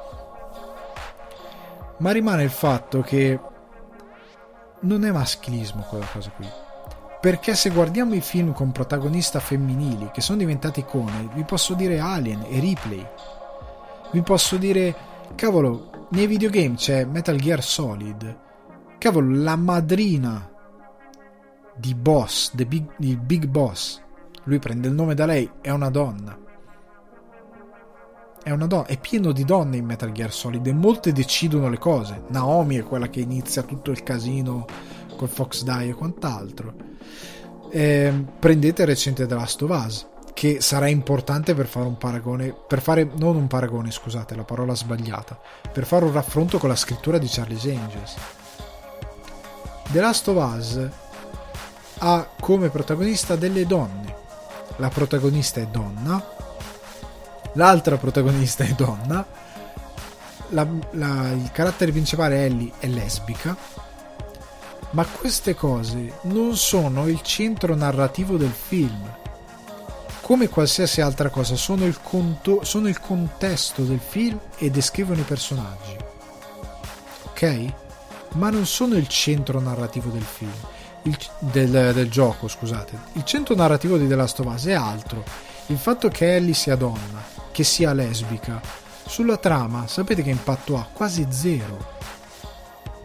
Ma rimane il fatto che non è maschilismo quella cosa qui, perché se guardiamo i film con protagonista femminili che sono diventati icone, vi posso dire Alien e Ripley, vi posso dire, cavolo, nei videogame c'è Metal Gear Solid, cavolo, la madrina di Boss, the big, il Big Boss, lui prende il nome da lei, è una donna, è una donna, è pieno di donne in Metal Gear Solid e molte decidono le cose. Naomi è quella che inizia tutto il casino col Fox Die e quant'altro. Eh, prendete il recente The Last of Us, che sarà importante per fare un paragone, per fare non un paragone, scusate, la parola sbagliata, per fare un raffronto con la scrittura di Charlie's Angels. The Last of Us ha come protagonista delle donne, la protagonista è donna, l'altra protagonista è donna, la, la, il carattere principale Ellie è lesbica. Ma queste cose non sono il centro narrativo del film. Come qualsiasi altra cosa, sono il, conto, sono il contesto del film e descrivono i personaggi. Ok? Ma non sono il centro narrativo del film. Il, del, del gioco, scusate. Il centro narrativo di The Last of Us è altro. Il fatto che Ellie sia donna, che sia lesbica, sulla trama, sapete che impatto ha? Quasi zero.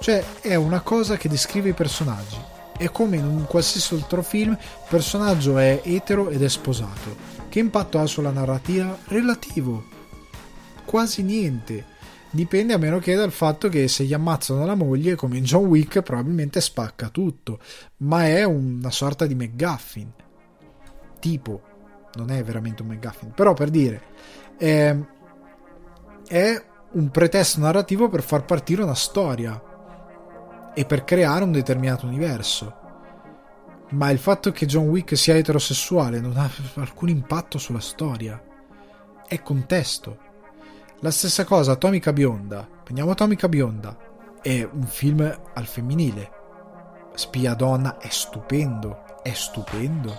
Cioè è una cosa che descrive i personaggi. È come in un qualsiasi altro film, il personaggio è etero ed è sposato. Che impatto ha sulla narrativa? Relativo. Quasi niente. Dipende, a meno che dal fatto che se gli ammazzano la moglie, come in John Wick, probabilmente spacca tutto. Ma è una sorta di MacGuffin. Tipo. Non è veramente un MacGuffin. Però per dire. È, è un pretesto narrativo per far partire una storia. E per creare un determinato universo. Ma il fatto che John Wick sia eterosessuale non ha alcun impatto sulla storia. È contesto. La stessa cosa Atomica Bionda. Prendiamo Atomica Bionda. È un film al femminile. Spia donna è stupendo. È stupendo.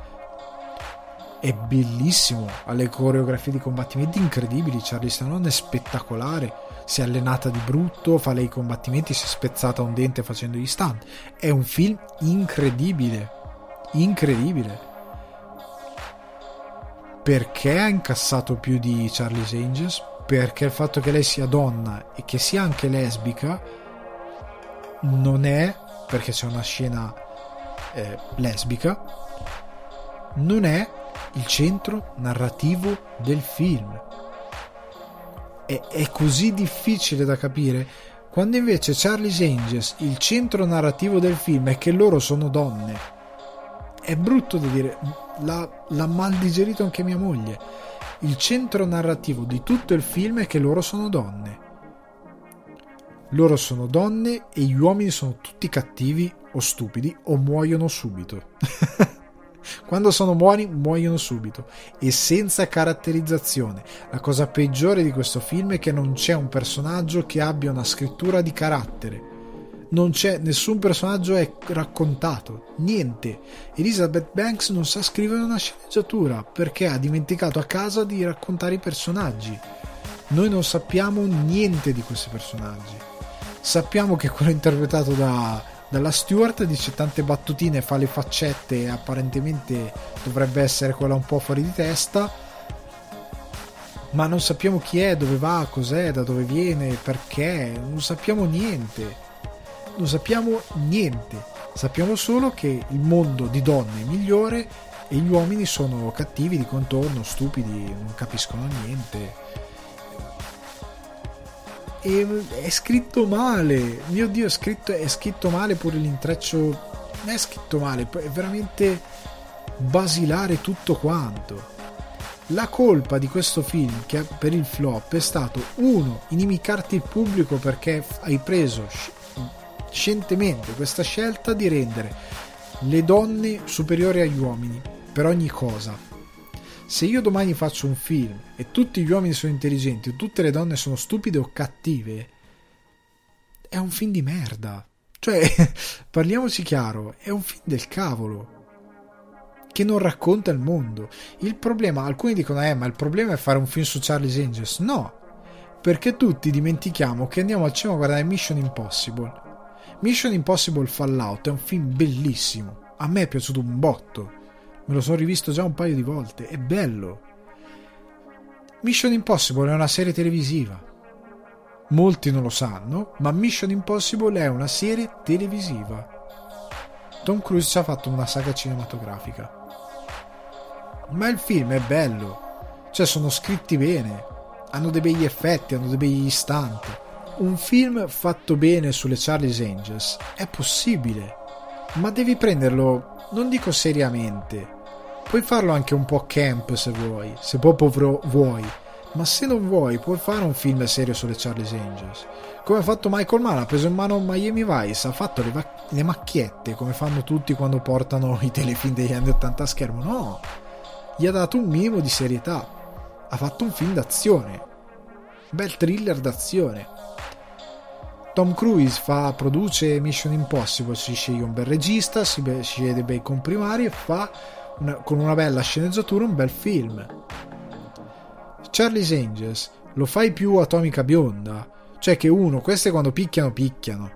È bellissimo. Ha le coreografie di combattimenti incredibili. Charlize Theron è spettacolare. Si è allenata di brutto, fa lei i combattimenti, si è spezzata un dente facendo gli stunt. È un film incredibile. Incredibile. Perché ha incassato più di Charlie's Angels? Perché il fatto che lei sia donna e che sia anche lesbica non è, perché c'è una scena eh, lesbica, non è il centro narrativo del film. È, è così difficile da capire, quando invece Charlie's Angels, il centro narrativo del film è che loro sono donne. È brutto da dire, l'ha, l'ha mal digerito anche mia moglie. Il centro narrativo di tutto il film è che loro sono donne. Loro sono donne e gli uomini sono tutti cattivi o stupidi o muoiono subito. Quando sono buoni muoiono subito e senza caratterizzazione. La cosa peggiore di questo film è che non c'è un personaggio che abbia una scrittura di carattere. Non c'è, nessun personaggio è raccontato, niente. Elizabeth Banks non sa scrivere una sceneggiatura perché ha dimenticato a casa di raccontare i personaggi. Noi non sappiamo niente di questi personaggi. Sappiamo che quello interpretato da, dalla Stewart dice tante battutine, fa le faccette e apparentemente dovrebbe essere quella un po' fuori di testa, ma non sappiamo chi è, dove va, cos'è, da dove viene, perché, non sappiamo niente. Non sappiamo niente, sappiamo solo che il mondo di donne è migliore e gli uomini sono cattivi di contorno, stupidi, non capiscono niente. E è scritto male, mio Dio, è scritto, è scritto male pure l'intreccio, non è scritto male, è veramente basilare tutto quanto. La colpa di questo film che per il flop è stato, uno, inimicarti il pubblico perché hai preso scientemente questa scelta di rendere le donne superiori agli uomini per ogni cosa. Se io domani faccio un film e tutti gli uomini sono intelligenti o tutte le donne sono stupide o cattive, è un film di merda. Cioè, parliamoci chiaro, è un film del cavolo che non racconta il mondo. Il problema, alcuni dicono eh ma il problema è fare un film su Charlie's Angels. No, perché tutti dimentichiamo che andiamo al cinema a guardare Mission Impossible. Mission Impossible Fallout è un film bellissimo, a me è piaciuto un botto, me lo sono rivisto già un paio di volte, è bello. Mission Impossible è una serie televisiva, molti non lo sanno, ma Mission Impossible è una serie televisiva. Tom Cruise ci ha fatto una saga cinematografica, ma il film è bello, cioè sono scritti bene, hanno dei begli effetti, hanno dei begli stunt. Un film fatto bene sulle Charlie's Angels è possibile, ma devi prenderlo, non dico seriamente, puoi farlo anche un po' camp se vuoi, se proprio vuoi, ma se non vuoi puoi fare un film serio sulle Charlie's Angels, come ha fatto Michael Mann, ha preso in mano Miami Vice, ha fatto le, va- le macchiette come fanno tutti quando portano i telefilm degli anni ottanta a schermo. No, gli ha dato un minimo di serietà, ha fatto un film d'azione, bel thriller d'azione. Tom Cruise fa, produce Mission Impossible, si sceglie un bel regista, si be- sceglie dei bei comprimari e fa una, con una bella sceneggiatura un bel film. Charlie's Angels lo fai più Atomica Bionda, cioè che uno, queste quando picchiano picchiano,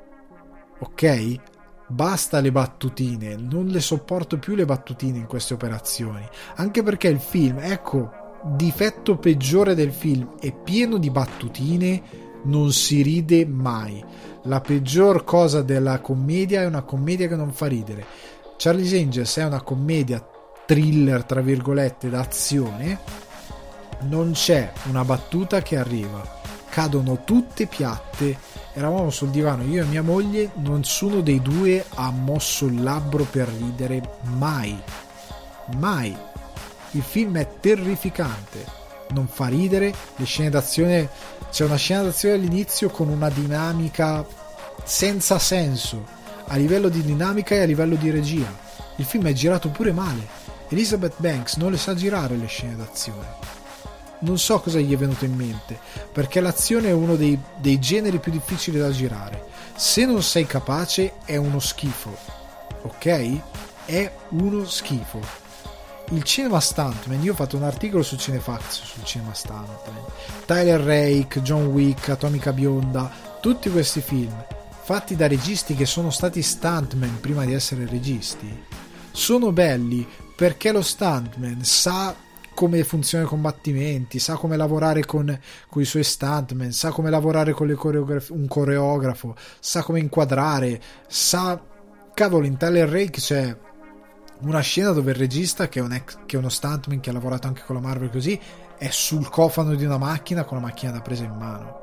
ok? Basta le battutine, non le sopporto più le battutine in queste operazioni, anche perché il film, ecco, difetto peggiore del film, è pieno di battutine non si ride mai. La peggior cosa della commedia è una commedia che non fa ridere. Charlie's Angels è una commedia thriller, tra virgolette, d'azione. Non c'è una battuta che arriva, cadono tutte piatte. Eravamo sul divano io e mia moglie, nessuno dei due ha mosso il labbro per ridere, mai mai. Il film è terrificante, non fa ridere. Le scene d'azione, c'è una scena d'azione all'inizio con una dinamica senza senso a livello di dinamica e a livello di regia. Il film è girato pure male. Elizabeth Banks non le sa girare le scene d'azione, non so cosa gli è venuto in mente, perché l'azione è uno dei, dei generi più difficili da girare. Se non sei capace è uno schifo, ok? È uno schifo. Il cinema stuntman, io ho fatto un articolo su Cinefax sul cinema stuntman. Tyler Rake, John Wick, Atomica Bionda, tutti questi film fatti da registi che sono stati stuntman prima di essere registi sono belli perché lo stuntman sa come funzionano i combattimenti, sa come lavorare con, con i suoi stuntman, sa come lavorare con le coreografie, un coreografo, sa come inquadrare, sa... Cavolo, in Tyler Rake c'è una scena dove il regista, che è, un ex, che è uno stuntman che ha lavorato anche con la Marvel così, è sul cofano di una macchina con la macchina da presa in mano.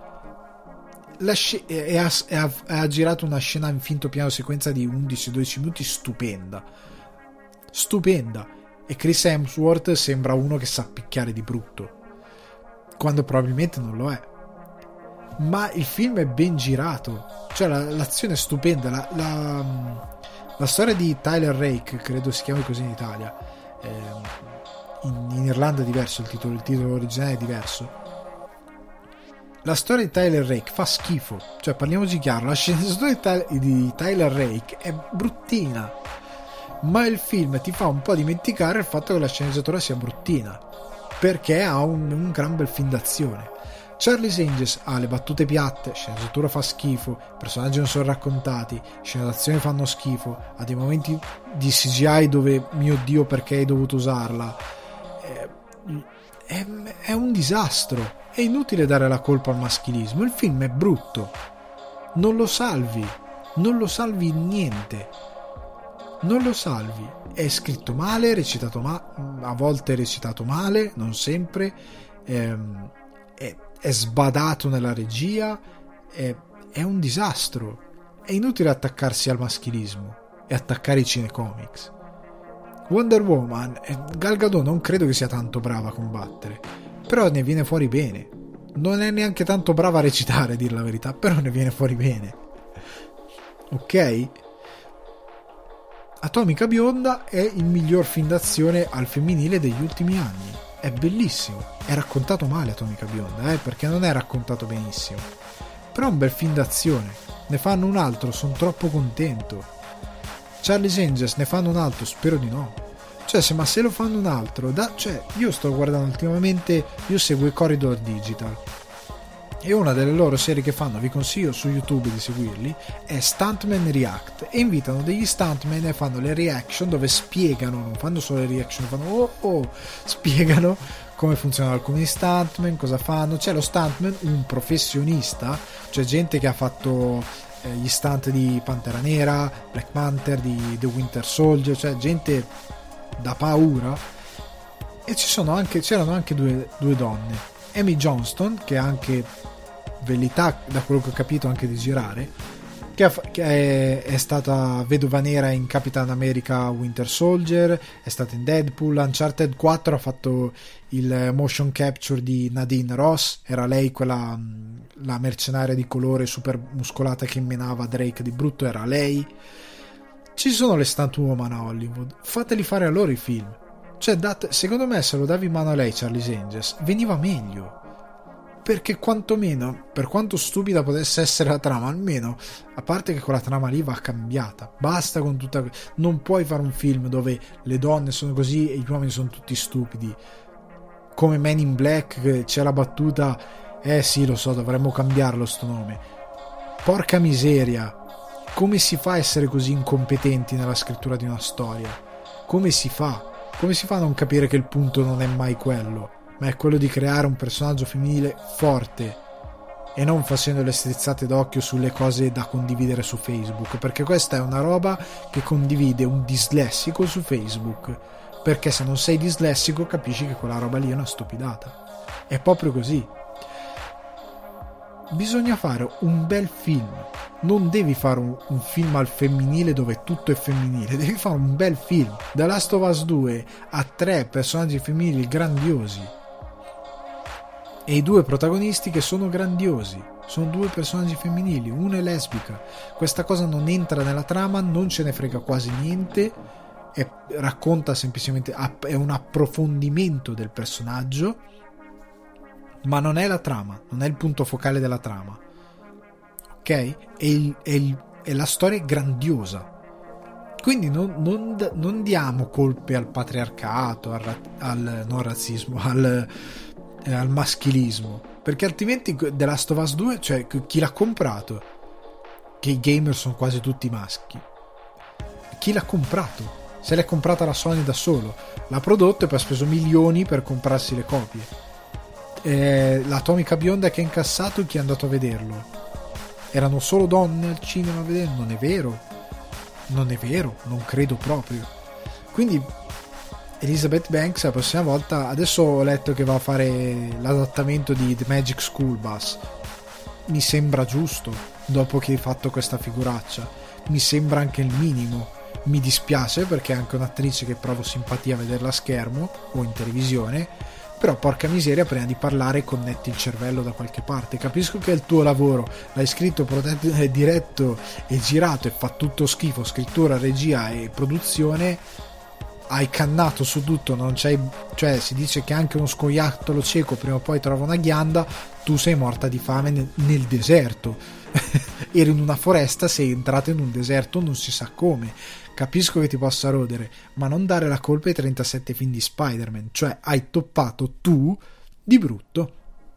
La sc- e, ha, e, ha, e ha girato una scena in finto piano sequenza di undici dodici minuti stupenda. Stupenda. E Chris Hemsworth sembra uno che sa picchiare di brutto, quando probabilmente non lo è. Ma il film è ben girato, cioè la, l'azione è stupenda. La, la, la storia di Tyler Rake, credo si chiami così in Italia, eh, in, in Irlanda è diverso il titolo, il titolo originale è diverso. La storia di Tyler Rake fa schifo, cioè parliamoci chiaro, la sceneggiatura di, di Tyler Rake è bruttina, ma il film ti fa un po' dimenticare il fatto che la sceneggiatura sia bruttina, perché ha un, un gran bel film d'azione. Charlie's Angels ha le battute piatte, sceneggiatura fa schifo, i personaggi non sono raccontati, scene d'azione fanno schifo, ha dei momenti di C G I dove, mio Dio, perché hai dovuto usarla? È, è, è un disastro. È inutile dare la colpa al maschilismo, il film è brutto, non lo salvi, non lo salvi niente, non lo salvi. È scritto male, recitato ma- a volte recitato male, non sempre, ehm, è, è sbadato nella regia, è, è un disastro. È inutile attaccarsi al maschilismo e attaccare i cinecomics. Wonder Woman, Gal Gadot non credo che sia tanto brava a combattere, però ne viene fuori bene. Non è neanche tanto brava a recitare, a dir la verità, però ne viene fuori bene, ok? Atomica Bionda è il miglior film d'azione al femminile degli ultimi anni, è bellissimo. È raccontato male Atomica Bionda, eh, perché non è raccontato benissimo, però è un bel film d'azione. Ne fanno un altro, sono troppo contento. Charlie's Angels ne fanno un altro, spero di no. Cioè, se, ma se lo fanno un altro, da, cioè, io sto guardando ultimamente, io seguo i Corridor Digital e una delle loro serie che fanno, vi consiglio su YouTube di seguirli, è Stuntman React, e invitano degli stuntman e fanno le reaction dove spiegano, non fanno solo le reaction, fanno oh oh, spiegano come funzionano alcuni stuntman, cosa fanno. C'è lo stuntman, un professionista, cioè gente che ha fatto eh, gli stunt di Pantera Nera, Black Panther, di The Winter Soldier, cioè gente da paura. E ci sono anche, c'erano anche due, due donne, Amy Johnston, che ha anche velità, da quello che ho capito, anche di girare, che, ha, che è, è stata vedova nera in Capitan America Winter Soldier, è stata in Deadpool, Uncharted quattro ha fatto il motion capture di Nadine Ross, era lei quella, la mercenaria di colore super muscolata che menava Drake di brutto, era lei. Ci sono le stunt woman a Hollywood, fateli fare a loro i film. Cioè, date, secondo me, se lo davi in mano a lei Charlie's Angels veniva meglio, perché quantomeno, per quanto stupida potesse essere la trama, almeno, a parte che quella trama lì va cambiata, basta con tutta, non puoi fare un film dove le donne sono così e gli uomini sono tutti stupidi, come Men in Black, che c'è la battuta eh sì, lo so, dovremmo cambiarlo sto nome. Porca miseria, come si fa a essere così incompetenti nella scrittura di una storia? Come si fa? Come si fa a non capire che il punto non è mai quello, ma è quello di creare un personaggio femminile forte, e non facendo le strizzate d'occhio sulle cose da condividere su Facebook, perché questa è una roba che condivide un dislessico su Facebook, perché se non sei dislessico capisci che quella roba lì è una stupidata. È proprio così. Bisogna fare un bel film, non devi fare un, un film al femminile dove tutto è femminile, devi fare un bel film. The Last of Us due ha tre personaggi femminili grandiosi e i due protagonisti che sono grandiosi, sono due personaggi femminili, una è lesbica. Questa cosa non entra nella trama, non ce ne frega quasi niente, è, racconta semplicemente, è un approfondimento del personaggio, ma non è la trama, non è il punto focale della trama, ok? E, il, e, il, e la storia è grandiosa, quindi non, non, non diamo colpe al patriarcato, al, al non razzismo, al, eh, al maschilismo, perché altrimenti The Last of Us due, cioè chi l'ha comprato, che i gamer sono quasi tutti maschi, chi l'ha comprato? Se l'è comprata la Sony da solo, l'ha prodotto e poi ha speso milioni per comprarsi le copie. Eh, l'Atomica Bionda che ha incassato, chi è andato a vederlo? Erano solo donne al cinema a vederlo? Non è vero, non è vero, non credo proprio. Quindi Elizabeth Banks la prossima volta, adesso ho letto che va a fare l'adattamento di The Magic School Bus, mi sembra giusto dopo che hai fatto questa figuraccia, mi sembra anche il minimo. Mi dispiace perché è anche un'attrice che provo simpatia a vederla a schermo o in televisione, però porca miseria, prima di parlare connetti il cervello da qualche parte. Capisco che è il tuo lavoro, l'hai scritto, protetto, diretto e girato e fa tutto schifo, scrittura, regia e produzione, hai cannato su tutto, non c'hai, cioè si dice che anche uno scoiattolo cieco prima o poi trova una ghianda, tu sei morta di fame nel, nel deserto eri in una foresta, sei entrato in un deserto non si sa come. Capisco che ti possa rodere, ma non dare la colpa ai trentasette film di Spider-Man, cioè hai toppato tu di brutto,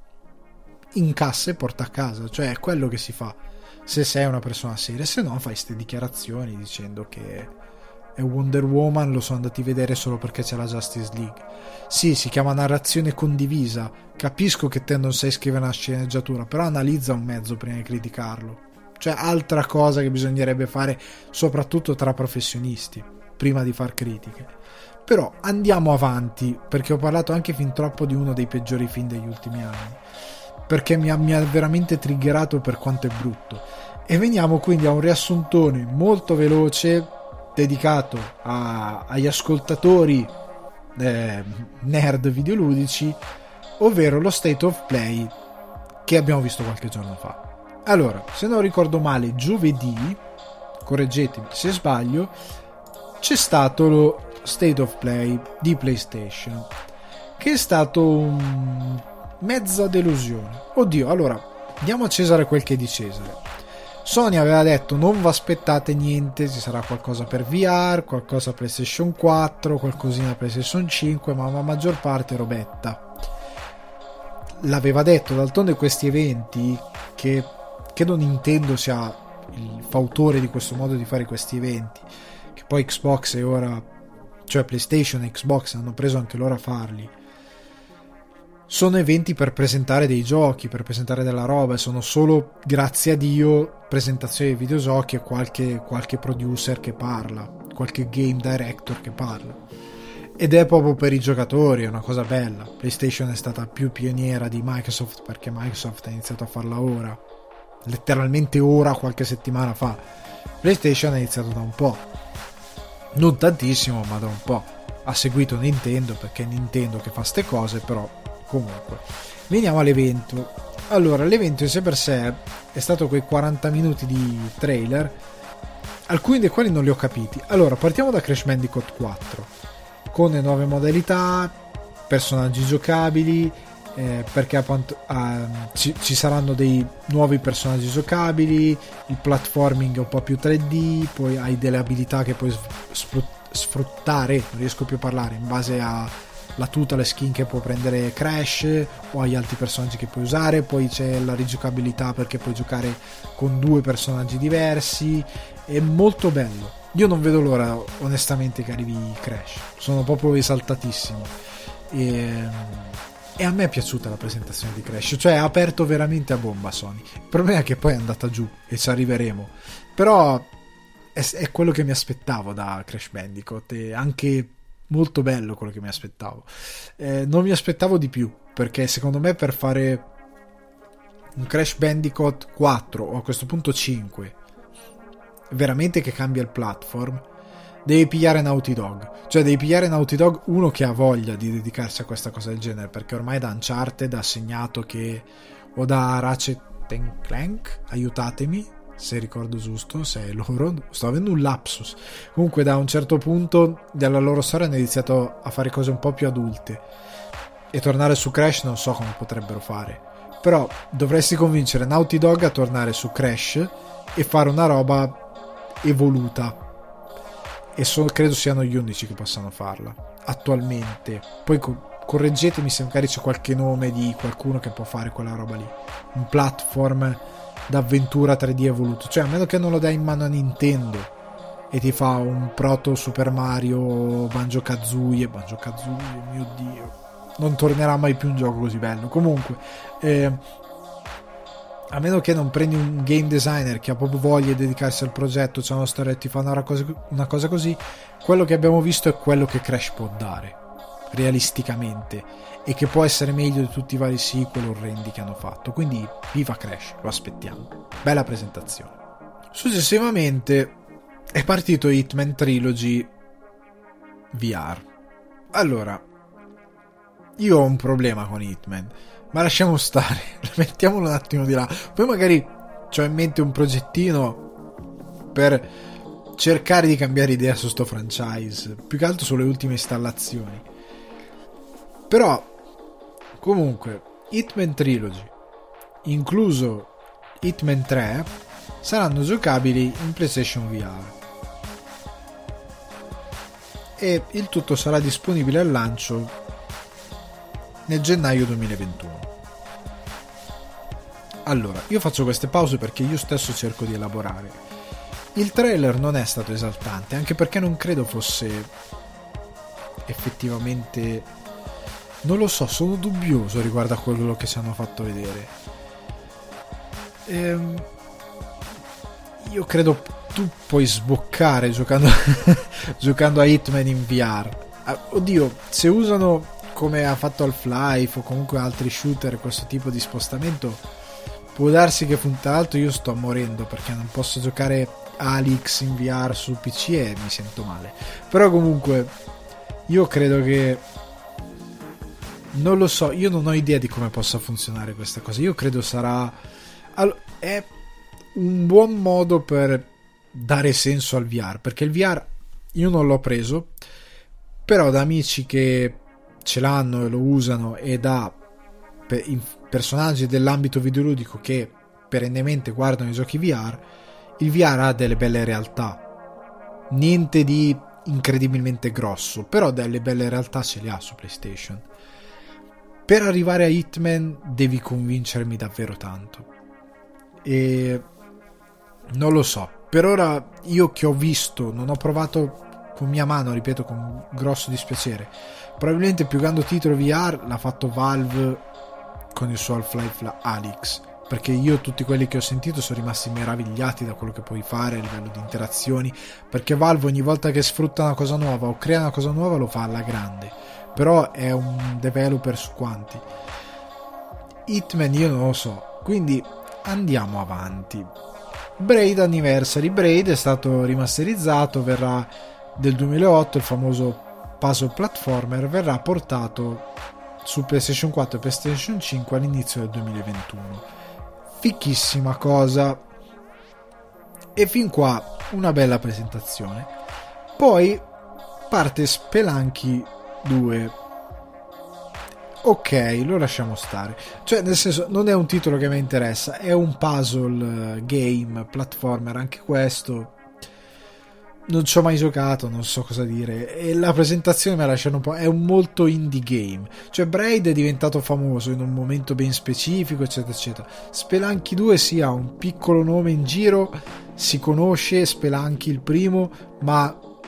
incassa e porta a casa, cioè è quello che si fa se sei una persona seria, se no fai ste dichiarazioni dicendo che è Wonder Woman, lo sono andati a vedere solo perché c'è la Justice League. Sì, si chiama narrazione condivisa, capisco che te non sai scrivere una sceneggiatura, però analizza un mezzo prima di criticarlo. Cioè altra cosa che bisognerebbe fare soprattutto tra professionisti prima di far critiche. Però andiamo avanti, perché ho parlato anche fin troppo di uno dei peggiori film degli ultimi anni, perché mi ha, mi ha veramente triggerato per quanto è brutto. E veniamo quindi a un riassuntone molto veloce dedicato a, agli ascoltatori eh, nerd videoludici, ovvero lo State of Play che abbiamo visto qualche giorno fa. Allora, se non ricordo male, giovedì, correggetemi se sbaglio, c'è stato lo State of Play di PlayStation, che è stato un mezza delusione. Oddio, allora, diamo a Cesare quel che è di Cesare. Sony aveva detto non vi aspettate niente, ci sarà qualcosa per V R, qualcosa PlayStation quattro, qualcosina PlayStation cinque, ma la maggior parte robetta. L'aveva detto, d'altronde questi eventi, che credo Nintendo sia il fautore di questo modo di fare questi eventi, che poi Xbox e ora, cioè PlayStation e Xbox hanno preso anche loro a farli, sono eventi per presentare dei giochi, per presentare della roba, e sono solo, grazie a Dio, presentazioni di videogiochi e qualche, qualche producer che parla, qualche game director che parla, ed è proprio per i giocatori, è una cosa bella. PlayStation è stata più pioniera di Microsoft perché Microsoft ha iniziato a farla ora, letteralmente ora, qualche settimana fa. PlayStation ha iniziato da un po', non tantissimo, ma da un po'. Ha seguito Nintendo perché è Nintendo che fa ste cose, però comunque veniamo all'evento. Allora, l'evento in sé per sé è stato quei quaranta minuti di trailer, alcuni dei quali non li ho capiti. Allora, partiamo da Crash Bandicoot quattro, con le nuove modalità, personaggi giocabili, eh, perché appunto, uh, ci, ci saranno dei nuovi personaggi giocabili, il platforming è un po' più tre D, poi hai delle abilità che puoi sfruttare, non riesco più a parlare, in base a la tuta, le skin che può prendere Crash o agli altri personaggi che puoi usare. Poi c'è la rigiocabilità perché puoi giocare con due personaggi diversi, è molto bello. Io non vedo l'ora onestamente che arrivi Crash, sono proprio esaltatissimo. E e a me è piaciuta la presentazione di Crash, cioè ha aperto veramente a bomba Sony. Il problema è che poi è andata giù e ci arriveremo, però è, è quello che mi aspettavo da Crash Bandicoot, e anche molto bello quello che mi aspettavo. Eh, non mi aspettavo di più, perché secondo me per fare un Crash Bandicoot quattro o a questo punto cinque veramente che cambia il platform, devi pigliare Naughty Dog, cioè devi pigliare Naughty Dog, uno che ha voglia di dedicarsi a questa cosa del genere, perché ormai da Uncharted ha segnato che, o da Ratchet and Clank, aiutatemi se ricordo giusto, se è loro, sto avendo un lapsus, comunque da un certo punto della loro storia hanno iniziato a fare cose un po' più adulte, e tornare su Crash non so come potrebbero fare, però dovresti convincere Naughty Dog a tornare su Crash e fare una roba evoluta, e so, credo siano gli unici che possano farla attualmente. Poi co- correggetemi se magari c'è qualche nome di qualcuno che può fare quella roba lì, un platform d'avventura tre D evoluto, cioè a meno che non lo dai in mano a Nintendo e ti fa un proto Super Mario Banjo-Kazooie Banjo-Kazooie, mio dio, non tornerà mai più un gioco così bello. Comunque eh, a meno che non prendi un game designer che ha proprio voglia di dedicarsi al progetto, c'è una storia e ti fa una cosa, una cosa così, quello che abbiamo visto è quello che Crash può dare realisticamente, e che può essere meglio di tutti i vari sequel orrendi che hanno fatto. Quindi viva Crash, lo aspettiamo, bella presentazione. Successivamente è partito Hitman Trilogy V R. Allora, io ho un problema con Hitman, ma lasciamo stare, mettiamolo un attimo di là, poi magari c'ho in mente un progettino per cercare di cambiare idea su sto franchise, più che altro sulle ultime installazioni. Però comunque Hitman Trilogy, incluso Hitman tre, saranno giocabili in PlayStation V R, e il tutto sarà disponibile al lancio nel gennaio duemilaventuno. Allora, io faccio queste pause perché io stesso cerco di elaborare. Il trailer non è stato esaltante, anche perché non credo fosse effettivamente, non lo so, sono dubbioso riguardo a quello che ci hanno fatto vedere. Ehm, io credo tu puoi sboccare giocando giocando a Hitman in V R. Oddio, se usano come ha fatto Half-Life o comunque altri shooter questo tipo di spostamento, può darsi che tra l'altro io sto morendo perché non posso giocare Alyx in V R su P C e mi sento male, però comunque io credo che, non lo so, io non ho idea di come possa funzionare questa cosa. Io credo sarà all- è un buon modo per dare senso al V R, perché il V R io non l'ho preso, però da amici che ce l'hanno e lo usano, e da personaggi dell'ambito videoludico che perennemente guardano i giochi V R, il V R ha delle belle realtà, niente di incredibilmente grosso, però delle belle realtà ce le ha su PlayStation. Per arrivare a Hitman devi convincermi davvero tanto, e non lo so, per ora io che ho visto, non ho provato con mia mano, ripeto, con grosso dispiacere. Probabilmente il più grande titolo V R l'ha fatto Valve con il suo Half-Life Alyx, perché io tutti quelli che ho sentito sono rimasti meravigliati da quello che puoi fare a livello di interazioni, perché Valve ogni volta che sfrutta una cosa nuova o crea una cosa nuova lo fa alla grande, però è un developer su quanti. Hitman io non lo so, quindi andiamo avanti. Braid Anniversary. Braid è stato rimasterizzato, verrà del duemilaotto, il famoso puzzle platformer, verrà portato su PlayStation quattro e PlayStation cinque all'inizio del duemilaventuno. Fichissima cosa, e fin qua una bella presentazione. Poi parte Spelunky due. Ok, lo lasciamo stare, cioè nel senso non è un titolo che mi interessa, è un puzzle game platformer anche questo. Non ci ho mai giocato, non so cosa dire, e la presentazione mi ha lasciato un po', è un molto indie game, cioè Braid è diventato famoso in un momento ben specifico, eccetera eccetera. Spelunky due sì, ha un piccolo nome in giro, si conosce Spelunky il primo, ma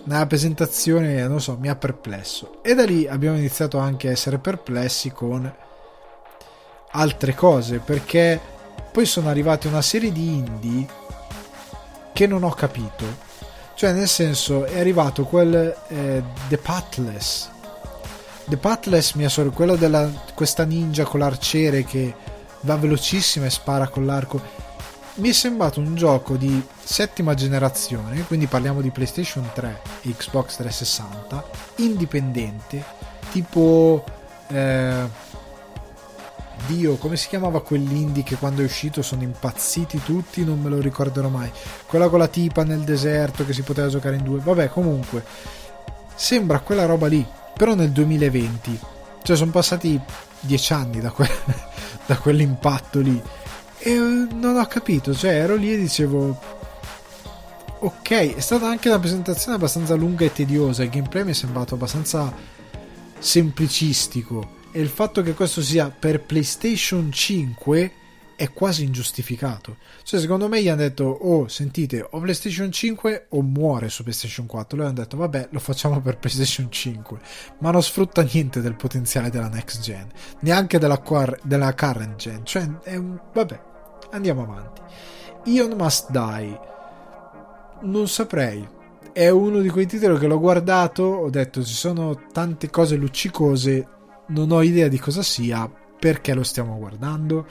nella presentazione, non so, mi ha perplesso, e da lì abbiamo iniziato anche a essere perplessi con altre cose, perché poi sono arrivate una serie di indie che non ho capito, cioè nel senso è arrivato quel eh, The Pathless The Pathless mi ha solo quello della questa ninja con l'arciere che va velocissima e spara con l'arco. Mi è sembrato un gioco di settima generazione, quindi parliamo di PlayStation tre e Xbox trecentosessanta, indipendente, tipo eh, Dio, come si chiamava quell'indie che quando è uscito sono impazziti tutti, non me lo ricorderò mai, quella con la tipa nel deserto che si poteva giocare in due, vabbè, comunque sembra quella roba lì, però nel duemilaventi, cioè sono passati dieci anni da, que- da quell'impatto lì, e non ho capito, cioè ero lì e dicevo ok, è stata anche una presentazione abbastanza lunga e tediosa, il gameplay mi è sembrato abbastanza semplicistico, e il fatto che questo sia per PlayStation cinque è quasi ingiustificato, cioè secondo me gli hanno detto oh sentite, o PlayStation cinque o muore su PlayStation quattro, loro hanno detto vabbè lo facciamo per PlayStation cinque, ma non sfrutta niente del potenziale della next gen, neanche della, quar- della current gen, cioè è un... vabbè, andiamo avanti. Ion Must Die, non saprei, è uno di quei titoli che l'ho guardato, ho detto ci sono tante cose luccicose, non ho idea di cosa sia, perché lo stiamo guardando.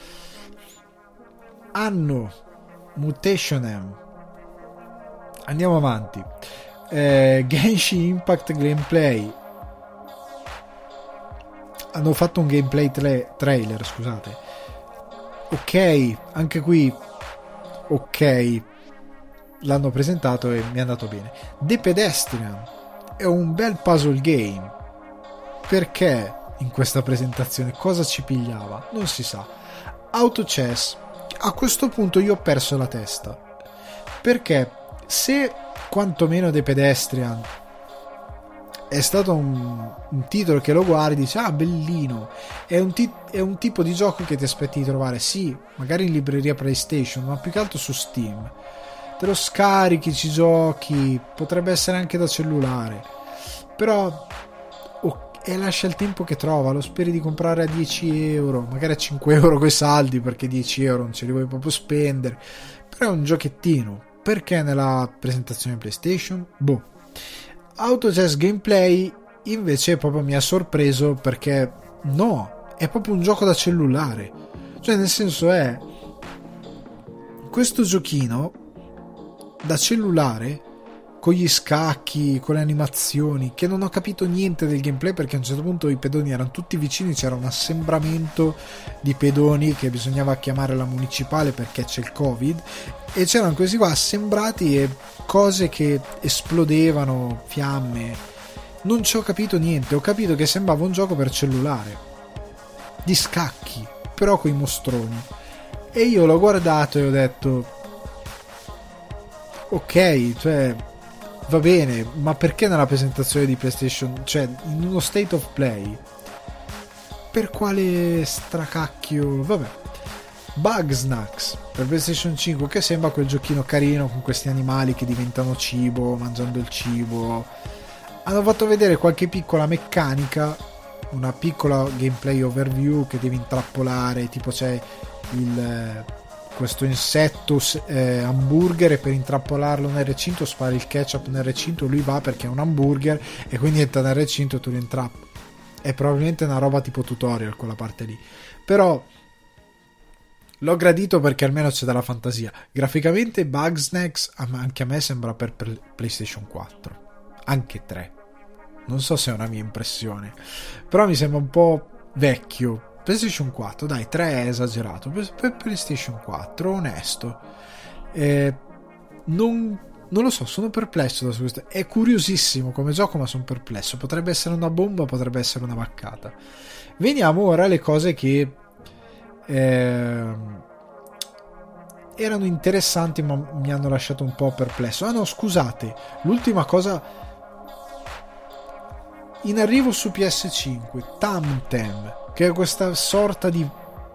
Anno Mutation M, andiamo avanti. eh, Genshin Impact gameplay, hanno fatto un gameplay tra- trailer, scusate, ok, anche qui ok, l'hanno presentato e mi è andato bene. The Pedestrian è un bel puzzle game, perché in questa presentazione cosa ci pigliava non si sa. Auto Chess, a questo punto io ho perso la testa, perché se quantomeno The Pedestrian è stato un, un titolo che lo guardi e dici ah bellino, è un, ti- è un tipo di gioco che ti aspetti di trovare sì magari in libreria PlayStation, ma più che altro su Steam, te lo scarichi, ci giochi, potrebbe essere anche da cellulare, però oh, e lascia il tempo che trova, lo speri di comprare a dieci euro, magari a cinque euro coi saldi, perché dieci euro non ce li vuoi proprio spendere, però è un giochettino, perché nella presentazione PlayStation? Boh. Auto Chess gameplay invece proprio mi ha sorpreso, perché no, è proprio un gioco da cellulare, cioè nel senso è questo giochino da cellulare con gli scacchi, con le animazioni, che non ho capito niente del gameplay, perché a un certo punto i pedoni erano tutti vicini, c'era un assembramento di pedoni che bisognava chiamare la municipale perché c'è il Covid, e c'erano questi qua assembrati e cose che esplodevano, fiamme, non ci ho capito niente, ho capito che sembrava un gioco per cellulare di scacchi, però con i mostroni, e io l'ho guardato e ho detto ok, cioè va bene, ma perché nella presentazione di PlayStation, cioè in uno state of play, per quale stracacchio? Vabbè. Bugsnax per PlayStation cinque, che sembra quel giochino carino con questi animali che diventano cibo mangiando il cibo. Hanno fatto vedere qualche piccola meccanica, una piccola gameplay overview che devi intrappolare, tipo c'è il questo insetto eh, hamburger, e per intrappolarlo nel recinto spari il ketchup nel recinto, lui va perché è un hamburger e quindi entra nel recinto e tu lo intrappi. È probabilmente una roba tipo tutorial quella parte lì, però l'ho gradito perché almeno c'è della fantasia. Graficamente Bugsnax anche a me sembra per PlayStation quattro, anche tre, non so se è una mia impressione, però mi sembra un po' vecchio. PlayStation quattro, dai, tre è esagerato, per PlayStation quattro onesto, eh, non, non lo so, sono perplesso da questo. È curiosissimo come gioco, ma sono perplesso, potrebbe essere una bomba, potrebbe essere una vaccata. Veniamo ora alle cose che eh, erano interessanti ma mi hanno lasciato un po' perplesso. Ah no, scusate, l'ultima cosa in arrivo su P S cinque, Tamtem, che è questa sorta di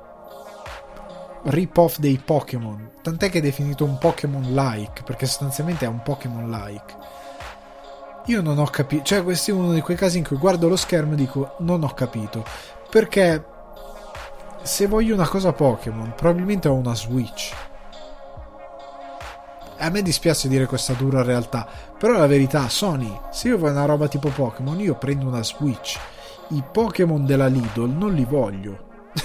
rip-off dei Pokémon, tant'è che è definito un Pokémon like, perché sostanzialmente è un Pokémon like. io non ho capito, cioè questo è uno di quei casi in cui guardo lo schermo e dico non ho capito, perché se voglio una cosa Pokémon probabilmente ho una Switch. A me dispiace dire questa dura realtà, però la verità, Sony, se io voglio una roba tipo Pokémon, io prendo una Switch. I Pokémon della Lidl non li voglio.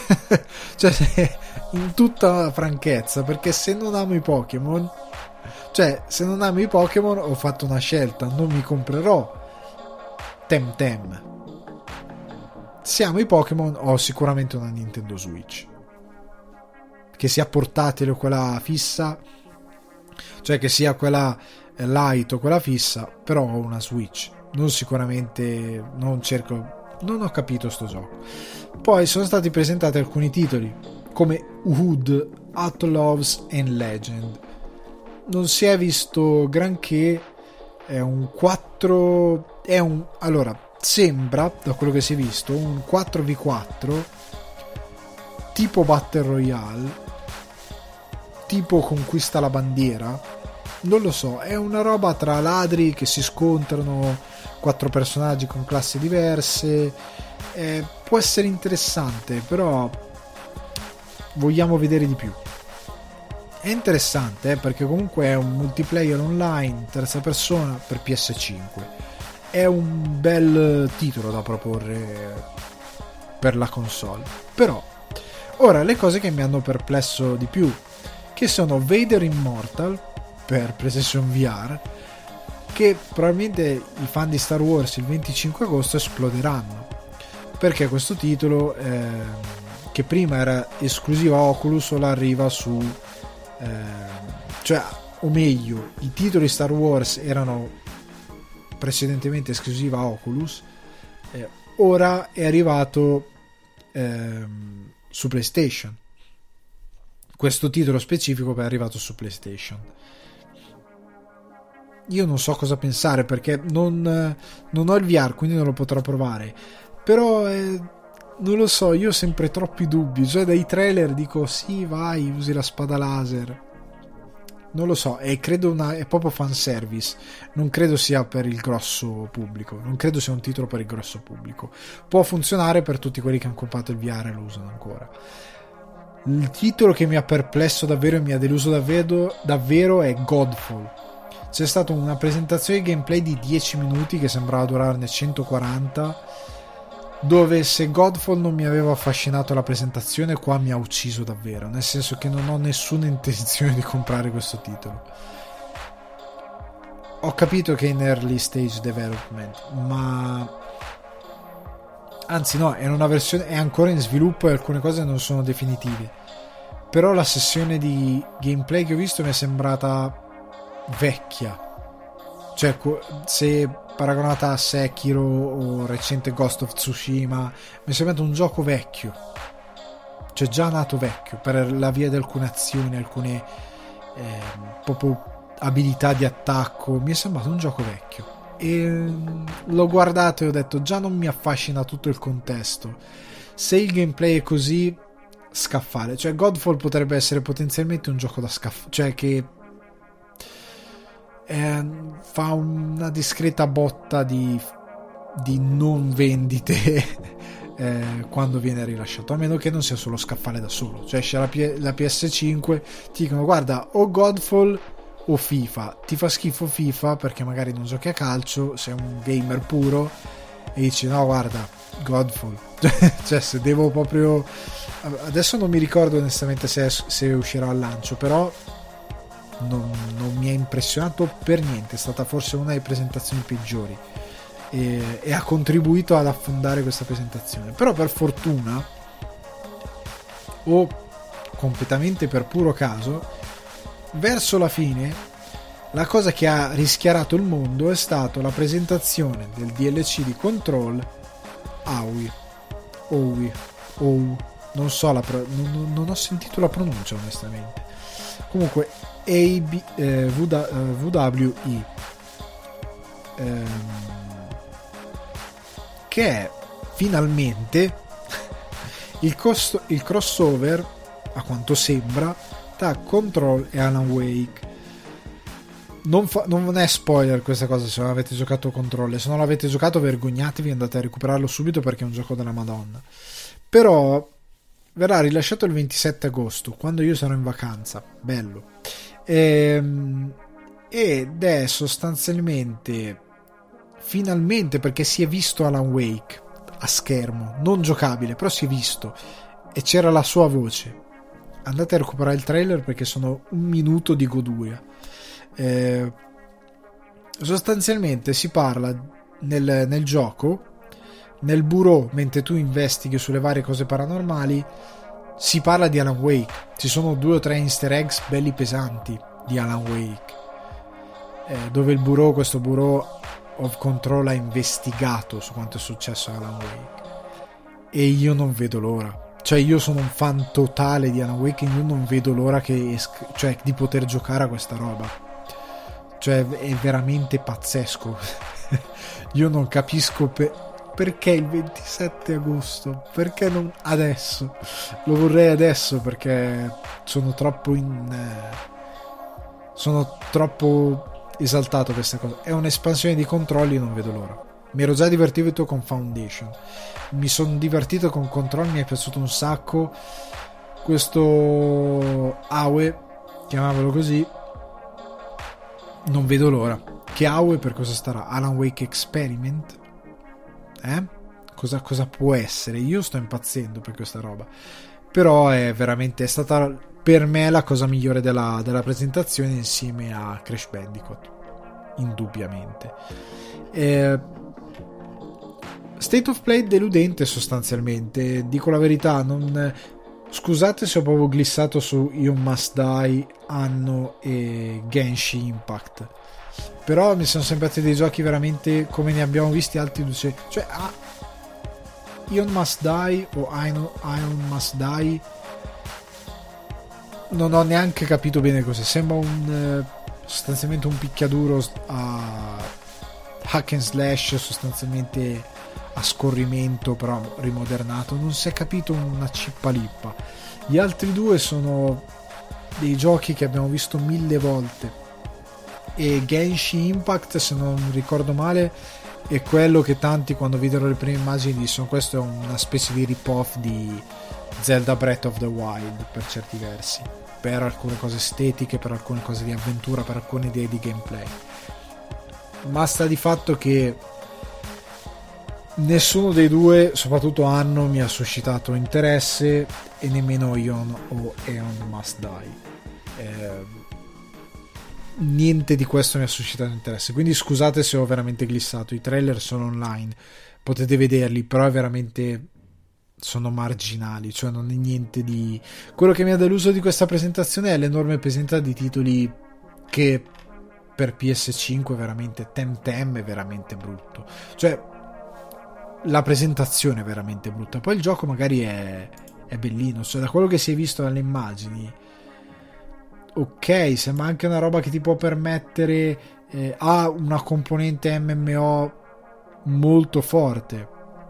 Cioè, in tutta franchezza, perché se non amo i Pokémon, cioè, se non amo i Pokémon ho fatto una scelta, non mi comprerò Temtem. Se amo i Pokémon ho sicuramente una Nintendo Switch. Che sia portatile o quella fissa, cioè che sia quella light o quella fissa, però ho una Switch. Non sicuramente, non cerco, non ho capito sto gioco. Poi sono stati presentati alcuni titoli come Wood, Outlaws and Legend. Non si è visto granché, è un quattro, è un, allora sembra, da quello che si è visto, un quattro vu quattro tipo Battle Royale, tipo Conquista la bandiera, non lo so, è una roba tra ladri che si scontrano, quattro personaggi con classi diverse, eh, può essere interessante, però vogliamo vedere di più. È interessante, eh, perché comunque è un multiplayer online terza persona per P S cinque, è un bel titolo da proporre per la console. Però ora le cose che mi hanno perplesso di più, che sono Vader Immortal per PlayStation V R, che probabilmente i fan di Star Wars il venticinque agosto esploderanno, perché questo titolo eh, che prima era esclusiva Oculus ora arriva su eh, cioè, o meglio, i titoli Star Wars erano precedentemente esclusiva Oculus, eh, ora è arrivato eh, su PlayStation. Questo titolo specifico è arrivato su PlayStation. Io non so cosa pensare, perché non, non ho il V R, quindi non lo potrò provare, però eh, non lo so, io ho sempre troppi dubbi, cioè dai trailer dico sì vai, usi la spada laser, non lo so, e credo una, è proprio fanservice, non credo sia per il grosso pubblico, non credo sia un titolo per il grosso pubblico. Può funzionare per tutti quelli che hanno comprato il V R e lo usano ancora. Il titolo che mi ha perplesso davvero e mi ha deluso davvero, davvero è Godfall. C'è stata una presentazione di gameplay di dieci minuti che sembrava durarne centoquaranta, dove se Godfall non mi aveva affascinato la presentazione, qua mi ha ucciso davvero, nel senso che non ho nessuna intenzione di comprare questo titolo. Ho capito che è in early stage development, ma anzi no, è una versione, è ancora in sviluppo e alcune cose non sono definitive, però la sessione di gameplay che ho visto mi è sembrata vecchia, cioè se paragonata a Sekiro o recente Ghost of Tsushima mi è sembrato un gioco vecchio, cioè già nato vecchio per la via di alcune azioni, alcune eh, proprio abilità di attacco, mi è sembrato un gioco vecchio e l'ho guardato e ho detto già non mi affascina tutto il contesto. Se il gameplay è così, scaffale, cioè Godfall potrebbe essere potenzialmente un gioco da scaffale, cioè che Eh, fa una discreta botta di, di non vendite eh, quando viene rilasciato, a meno che non sia solo scaffale da solo, cioè esce la, P- la P S cinque, ti dicono guarda o Godfall o FIFA, ti fa schifo FIFA perché magari non giochi a calcio, sei un gamer puro e dici no guarda Godfall cioè se devo proprio, adesso non mi ricordo onestamente se, è, se uscirà al lancio, però Non, non mi ha impressionato per niente, è stata forse una delle presentazioni peggiori e, e ha contribuito ad affondare questa presentazione. Però per fortuna o completamente per puro caso, verso la fine la cosa che ha rischiarato il mondo è stata la presentazione del D L C di Control Aoi Owi Ou non so la pro- non, non ho sentito la pronuncia onestamente, comunque A B, eh, V W E ehm, che è finalmente il, costo, il crossover, a quanto sembra, tra Control e Alan Wake. non, fa, non è spoiler questa cosa se non avete giocato Control, se non l'avete giocato vergognatevi, andate a recuperarlo subito perché è un gioco della Madonna. Però verrà rilasciato il ventisette agosto, quando io sarò in vacanza, bello, ehm, ed è sostanzialmente, finalmente, perché si è visto Alan Wake a schermo, non giocabile, però si è visto e c'era la sua voce. Andate a recuperare il trailer perché sono un minuto di goduria. Eh, sostanzialmente si parla nel, nel gioco, nel bureau, mentre tu investighi sulle varie cose paranormali, si parla di Alan Wake. Ci sono due o tre easter eggs belli pesanti di Alan Wake, eh, dove il bureau, questo bureau of Control, ha investigato su quanto è successo a Alan Wake, e io non vedo l'ora. Cioè io sono un fan totale di Alan Wake e io non vedo l'ora che esc- cioè di poter giocare a questa roba. Cioè è veramente pazzesco. Io non capisco per- perché il ventisette agosto, perché non adesso. Lo vorrei adesso perché sono troppo in eh, sono troppo esaltato per questa cosa. È un'espansione di controlli, non vedo l'ora. Mi ero già divertito con Foundation, mi sono divertito con Control, mi è piaciuto un sacco questo A W E, chiamavolo così, non vedo l'ora. Che A W E per cosa starà? Alan Wake Experiment? Eh? Cosa, cosa può essere? Io sto impazzendo per questa roba, però è veramente, è stata per me la cosa migliore della, della presentazione, insieme a Crash Bandicoot, indubbiamente. eh, State of Play deludente sostanzialmente, dico la verità. Non, scusate se ho proprio glissato su You Must Die, Anno e Genshin Impact, però mi sono sembrati dei giochi veramente come ne abbiamo visti altri due. Cioè ah, Ion Must Die o Ion, Ion Must Die non ho neanche capito bene cos'è. Sembra un sostanzialmente un picchiaduro a hack and slash, sostanzialmente a scorrimento, però rimodernato. Non si è capito una cippa lippa. Gli altri due sono dei giochi che abbiamo visto mille volte, e Genshin Impact, se non ricordo male, è quello che tanti, quando videro le prime immagini, dissero questo è una specie di rip-off di Zelda Breath of the Wild per certi versi, per alcune cose estetiche, per alcune cose di avventura, per alcune idee di gameplay. Ma sta di fatto che nessuno dei due, soprattutto Anno, mi ha suscitato interesse, e nemmeno Ion o Aeon Must Die. Eh, niente di questo mi ha suscitato interesse, quindi scusate se ho veramente glissato. I trailer sono online, potete vederli, però è veramente, sono marginali, cioè non è niente di... Quello che mi ha deluso di questa presentazione è l'enorme presenza di titoli che per P S cinque veramente Temtem è veramente brutto, cioè la presentazione è veramente brutta, poi il gioco magari è, è bellino, cioè da quello che si è visto dalle immagini, ok, sembra anche una roba che ti può permettere, eh, ha una componente M M O molto forte,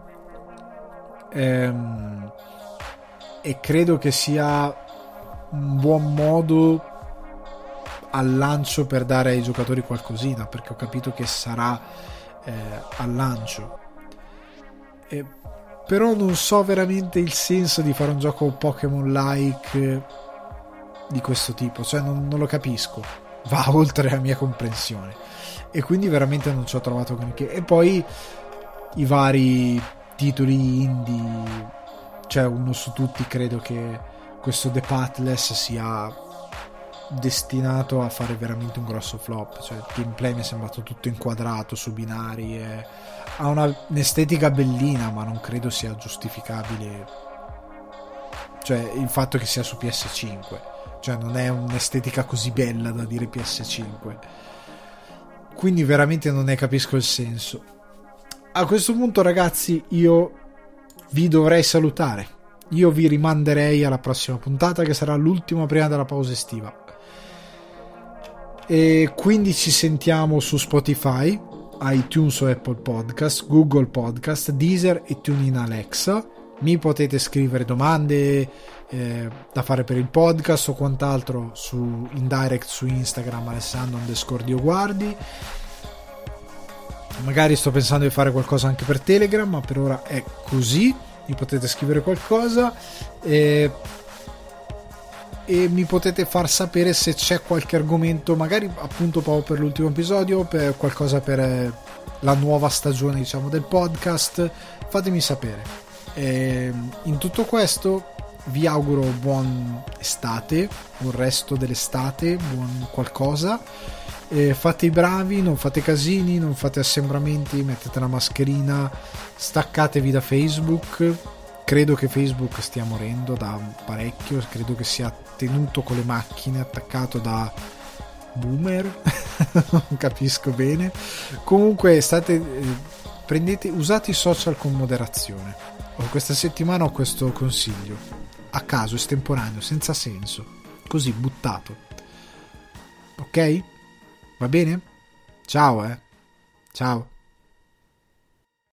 ehm, e credo che sia un buon modo al lancio per dare ai giocatori qualcosina, perché ho capito che sarà eh, al lancio. Eh, però non so veramente il senso di fare un gioco Pokémon-like di questo tipo, cioè non, non lo capisco, va oltre la mia comprensione, e quindi veramente non ci ho trovato granché. E poi i vari titoli indie, cioè uno su tutti, credo che questo The Pathless sia destinato a fare veramente un grosso flop, cioè il gameplay mi è sembrato tutto inquadrato su binari, e ha una, un'estetica bellina, ma non credo sia giustificabile, cioè il fatto che sia su P S cinque, cioè non è un'estetica così bella da dire P S cinque, quindi veramente non ne capisco il senso. A questo punto, ragazzi, io vi dovrei salutare, io vi rimanderei alla prossima puntata, che sarà l'ultima prima della pausa estiva, e quindi ci sentiamo su Spotify, iTunes o Apple Podcast, Google Podcast, Deezer e TuneIn Alexa. Mi potete scrivere domande, eh, da fare per il podcast o quant'altro, su in direct su Instagram Alessandro underscore Dioguardi. Magari sto pensando di fare qualcosa anche per Telegram, ma per ora è così. Mi potete scrivere qualcosa e, e mi potete far sapere se c'è qualche argomento, magari appunto proprio per l'ultimo episodio, per qualcosa per la nuova stagione, diciamo, del podcast. Fatemi sapere. E in tutto questo vi auguro buon estate, buon resto dell'estate, buon qualcosa. Eh, fate i bravi, non fate casini, non fate assembramenti, mettete la mascherina, staccatevi da Facebook. Credo che Facebook stia morendo da parecchio, credo che sia tenuto con le macchine, attaccato da boomer. Non capisco bene. Comunque state eh, prendete, usate i social con moderazione. Questa settimana ho questo consiglio a caso, estemporaneo, senza senso, così buttato. Ok? Va bene? Ciao, eh. Ciao.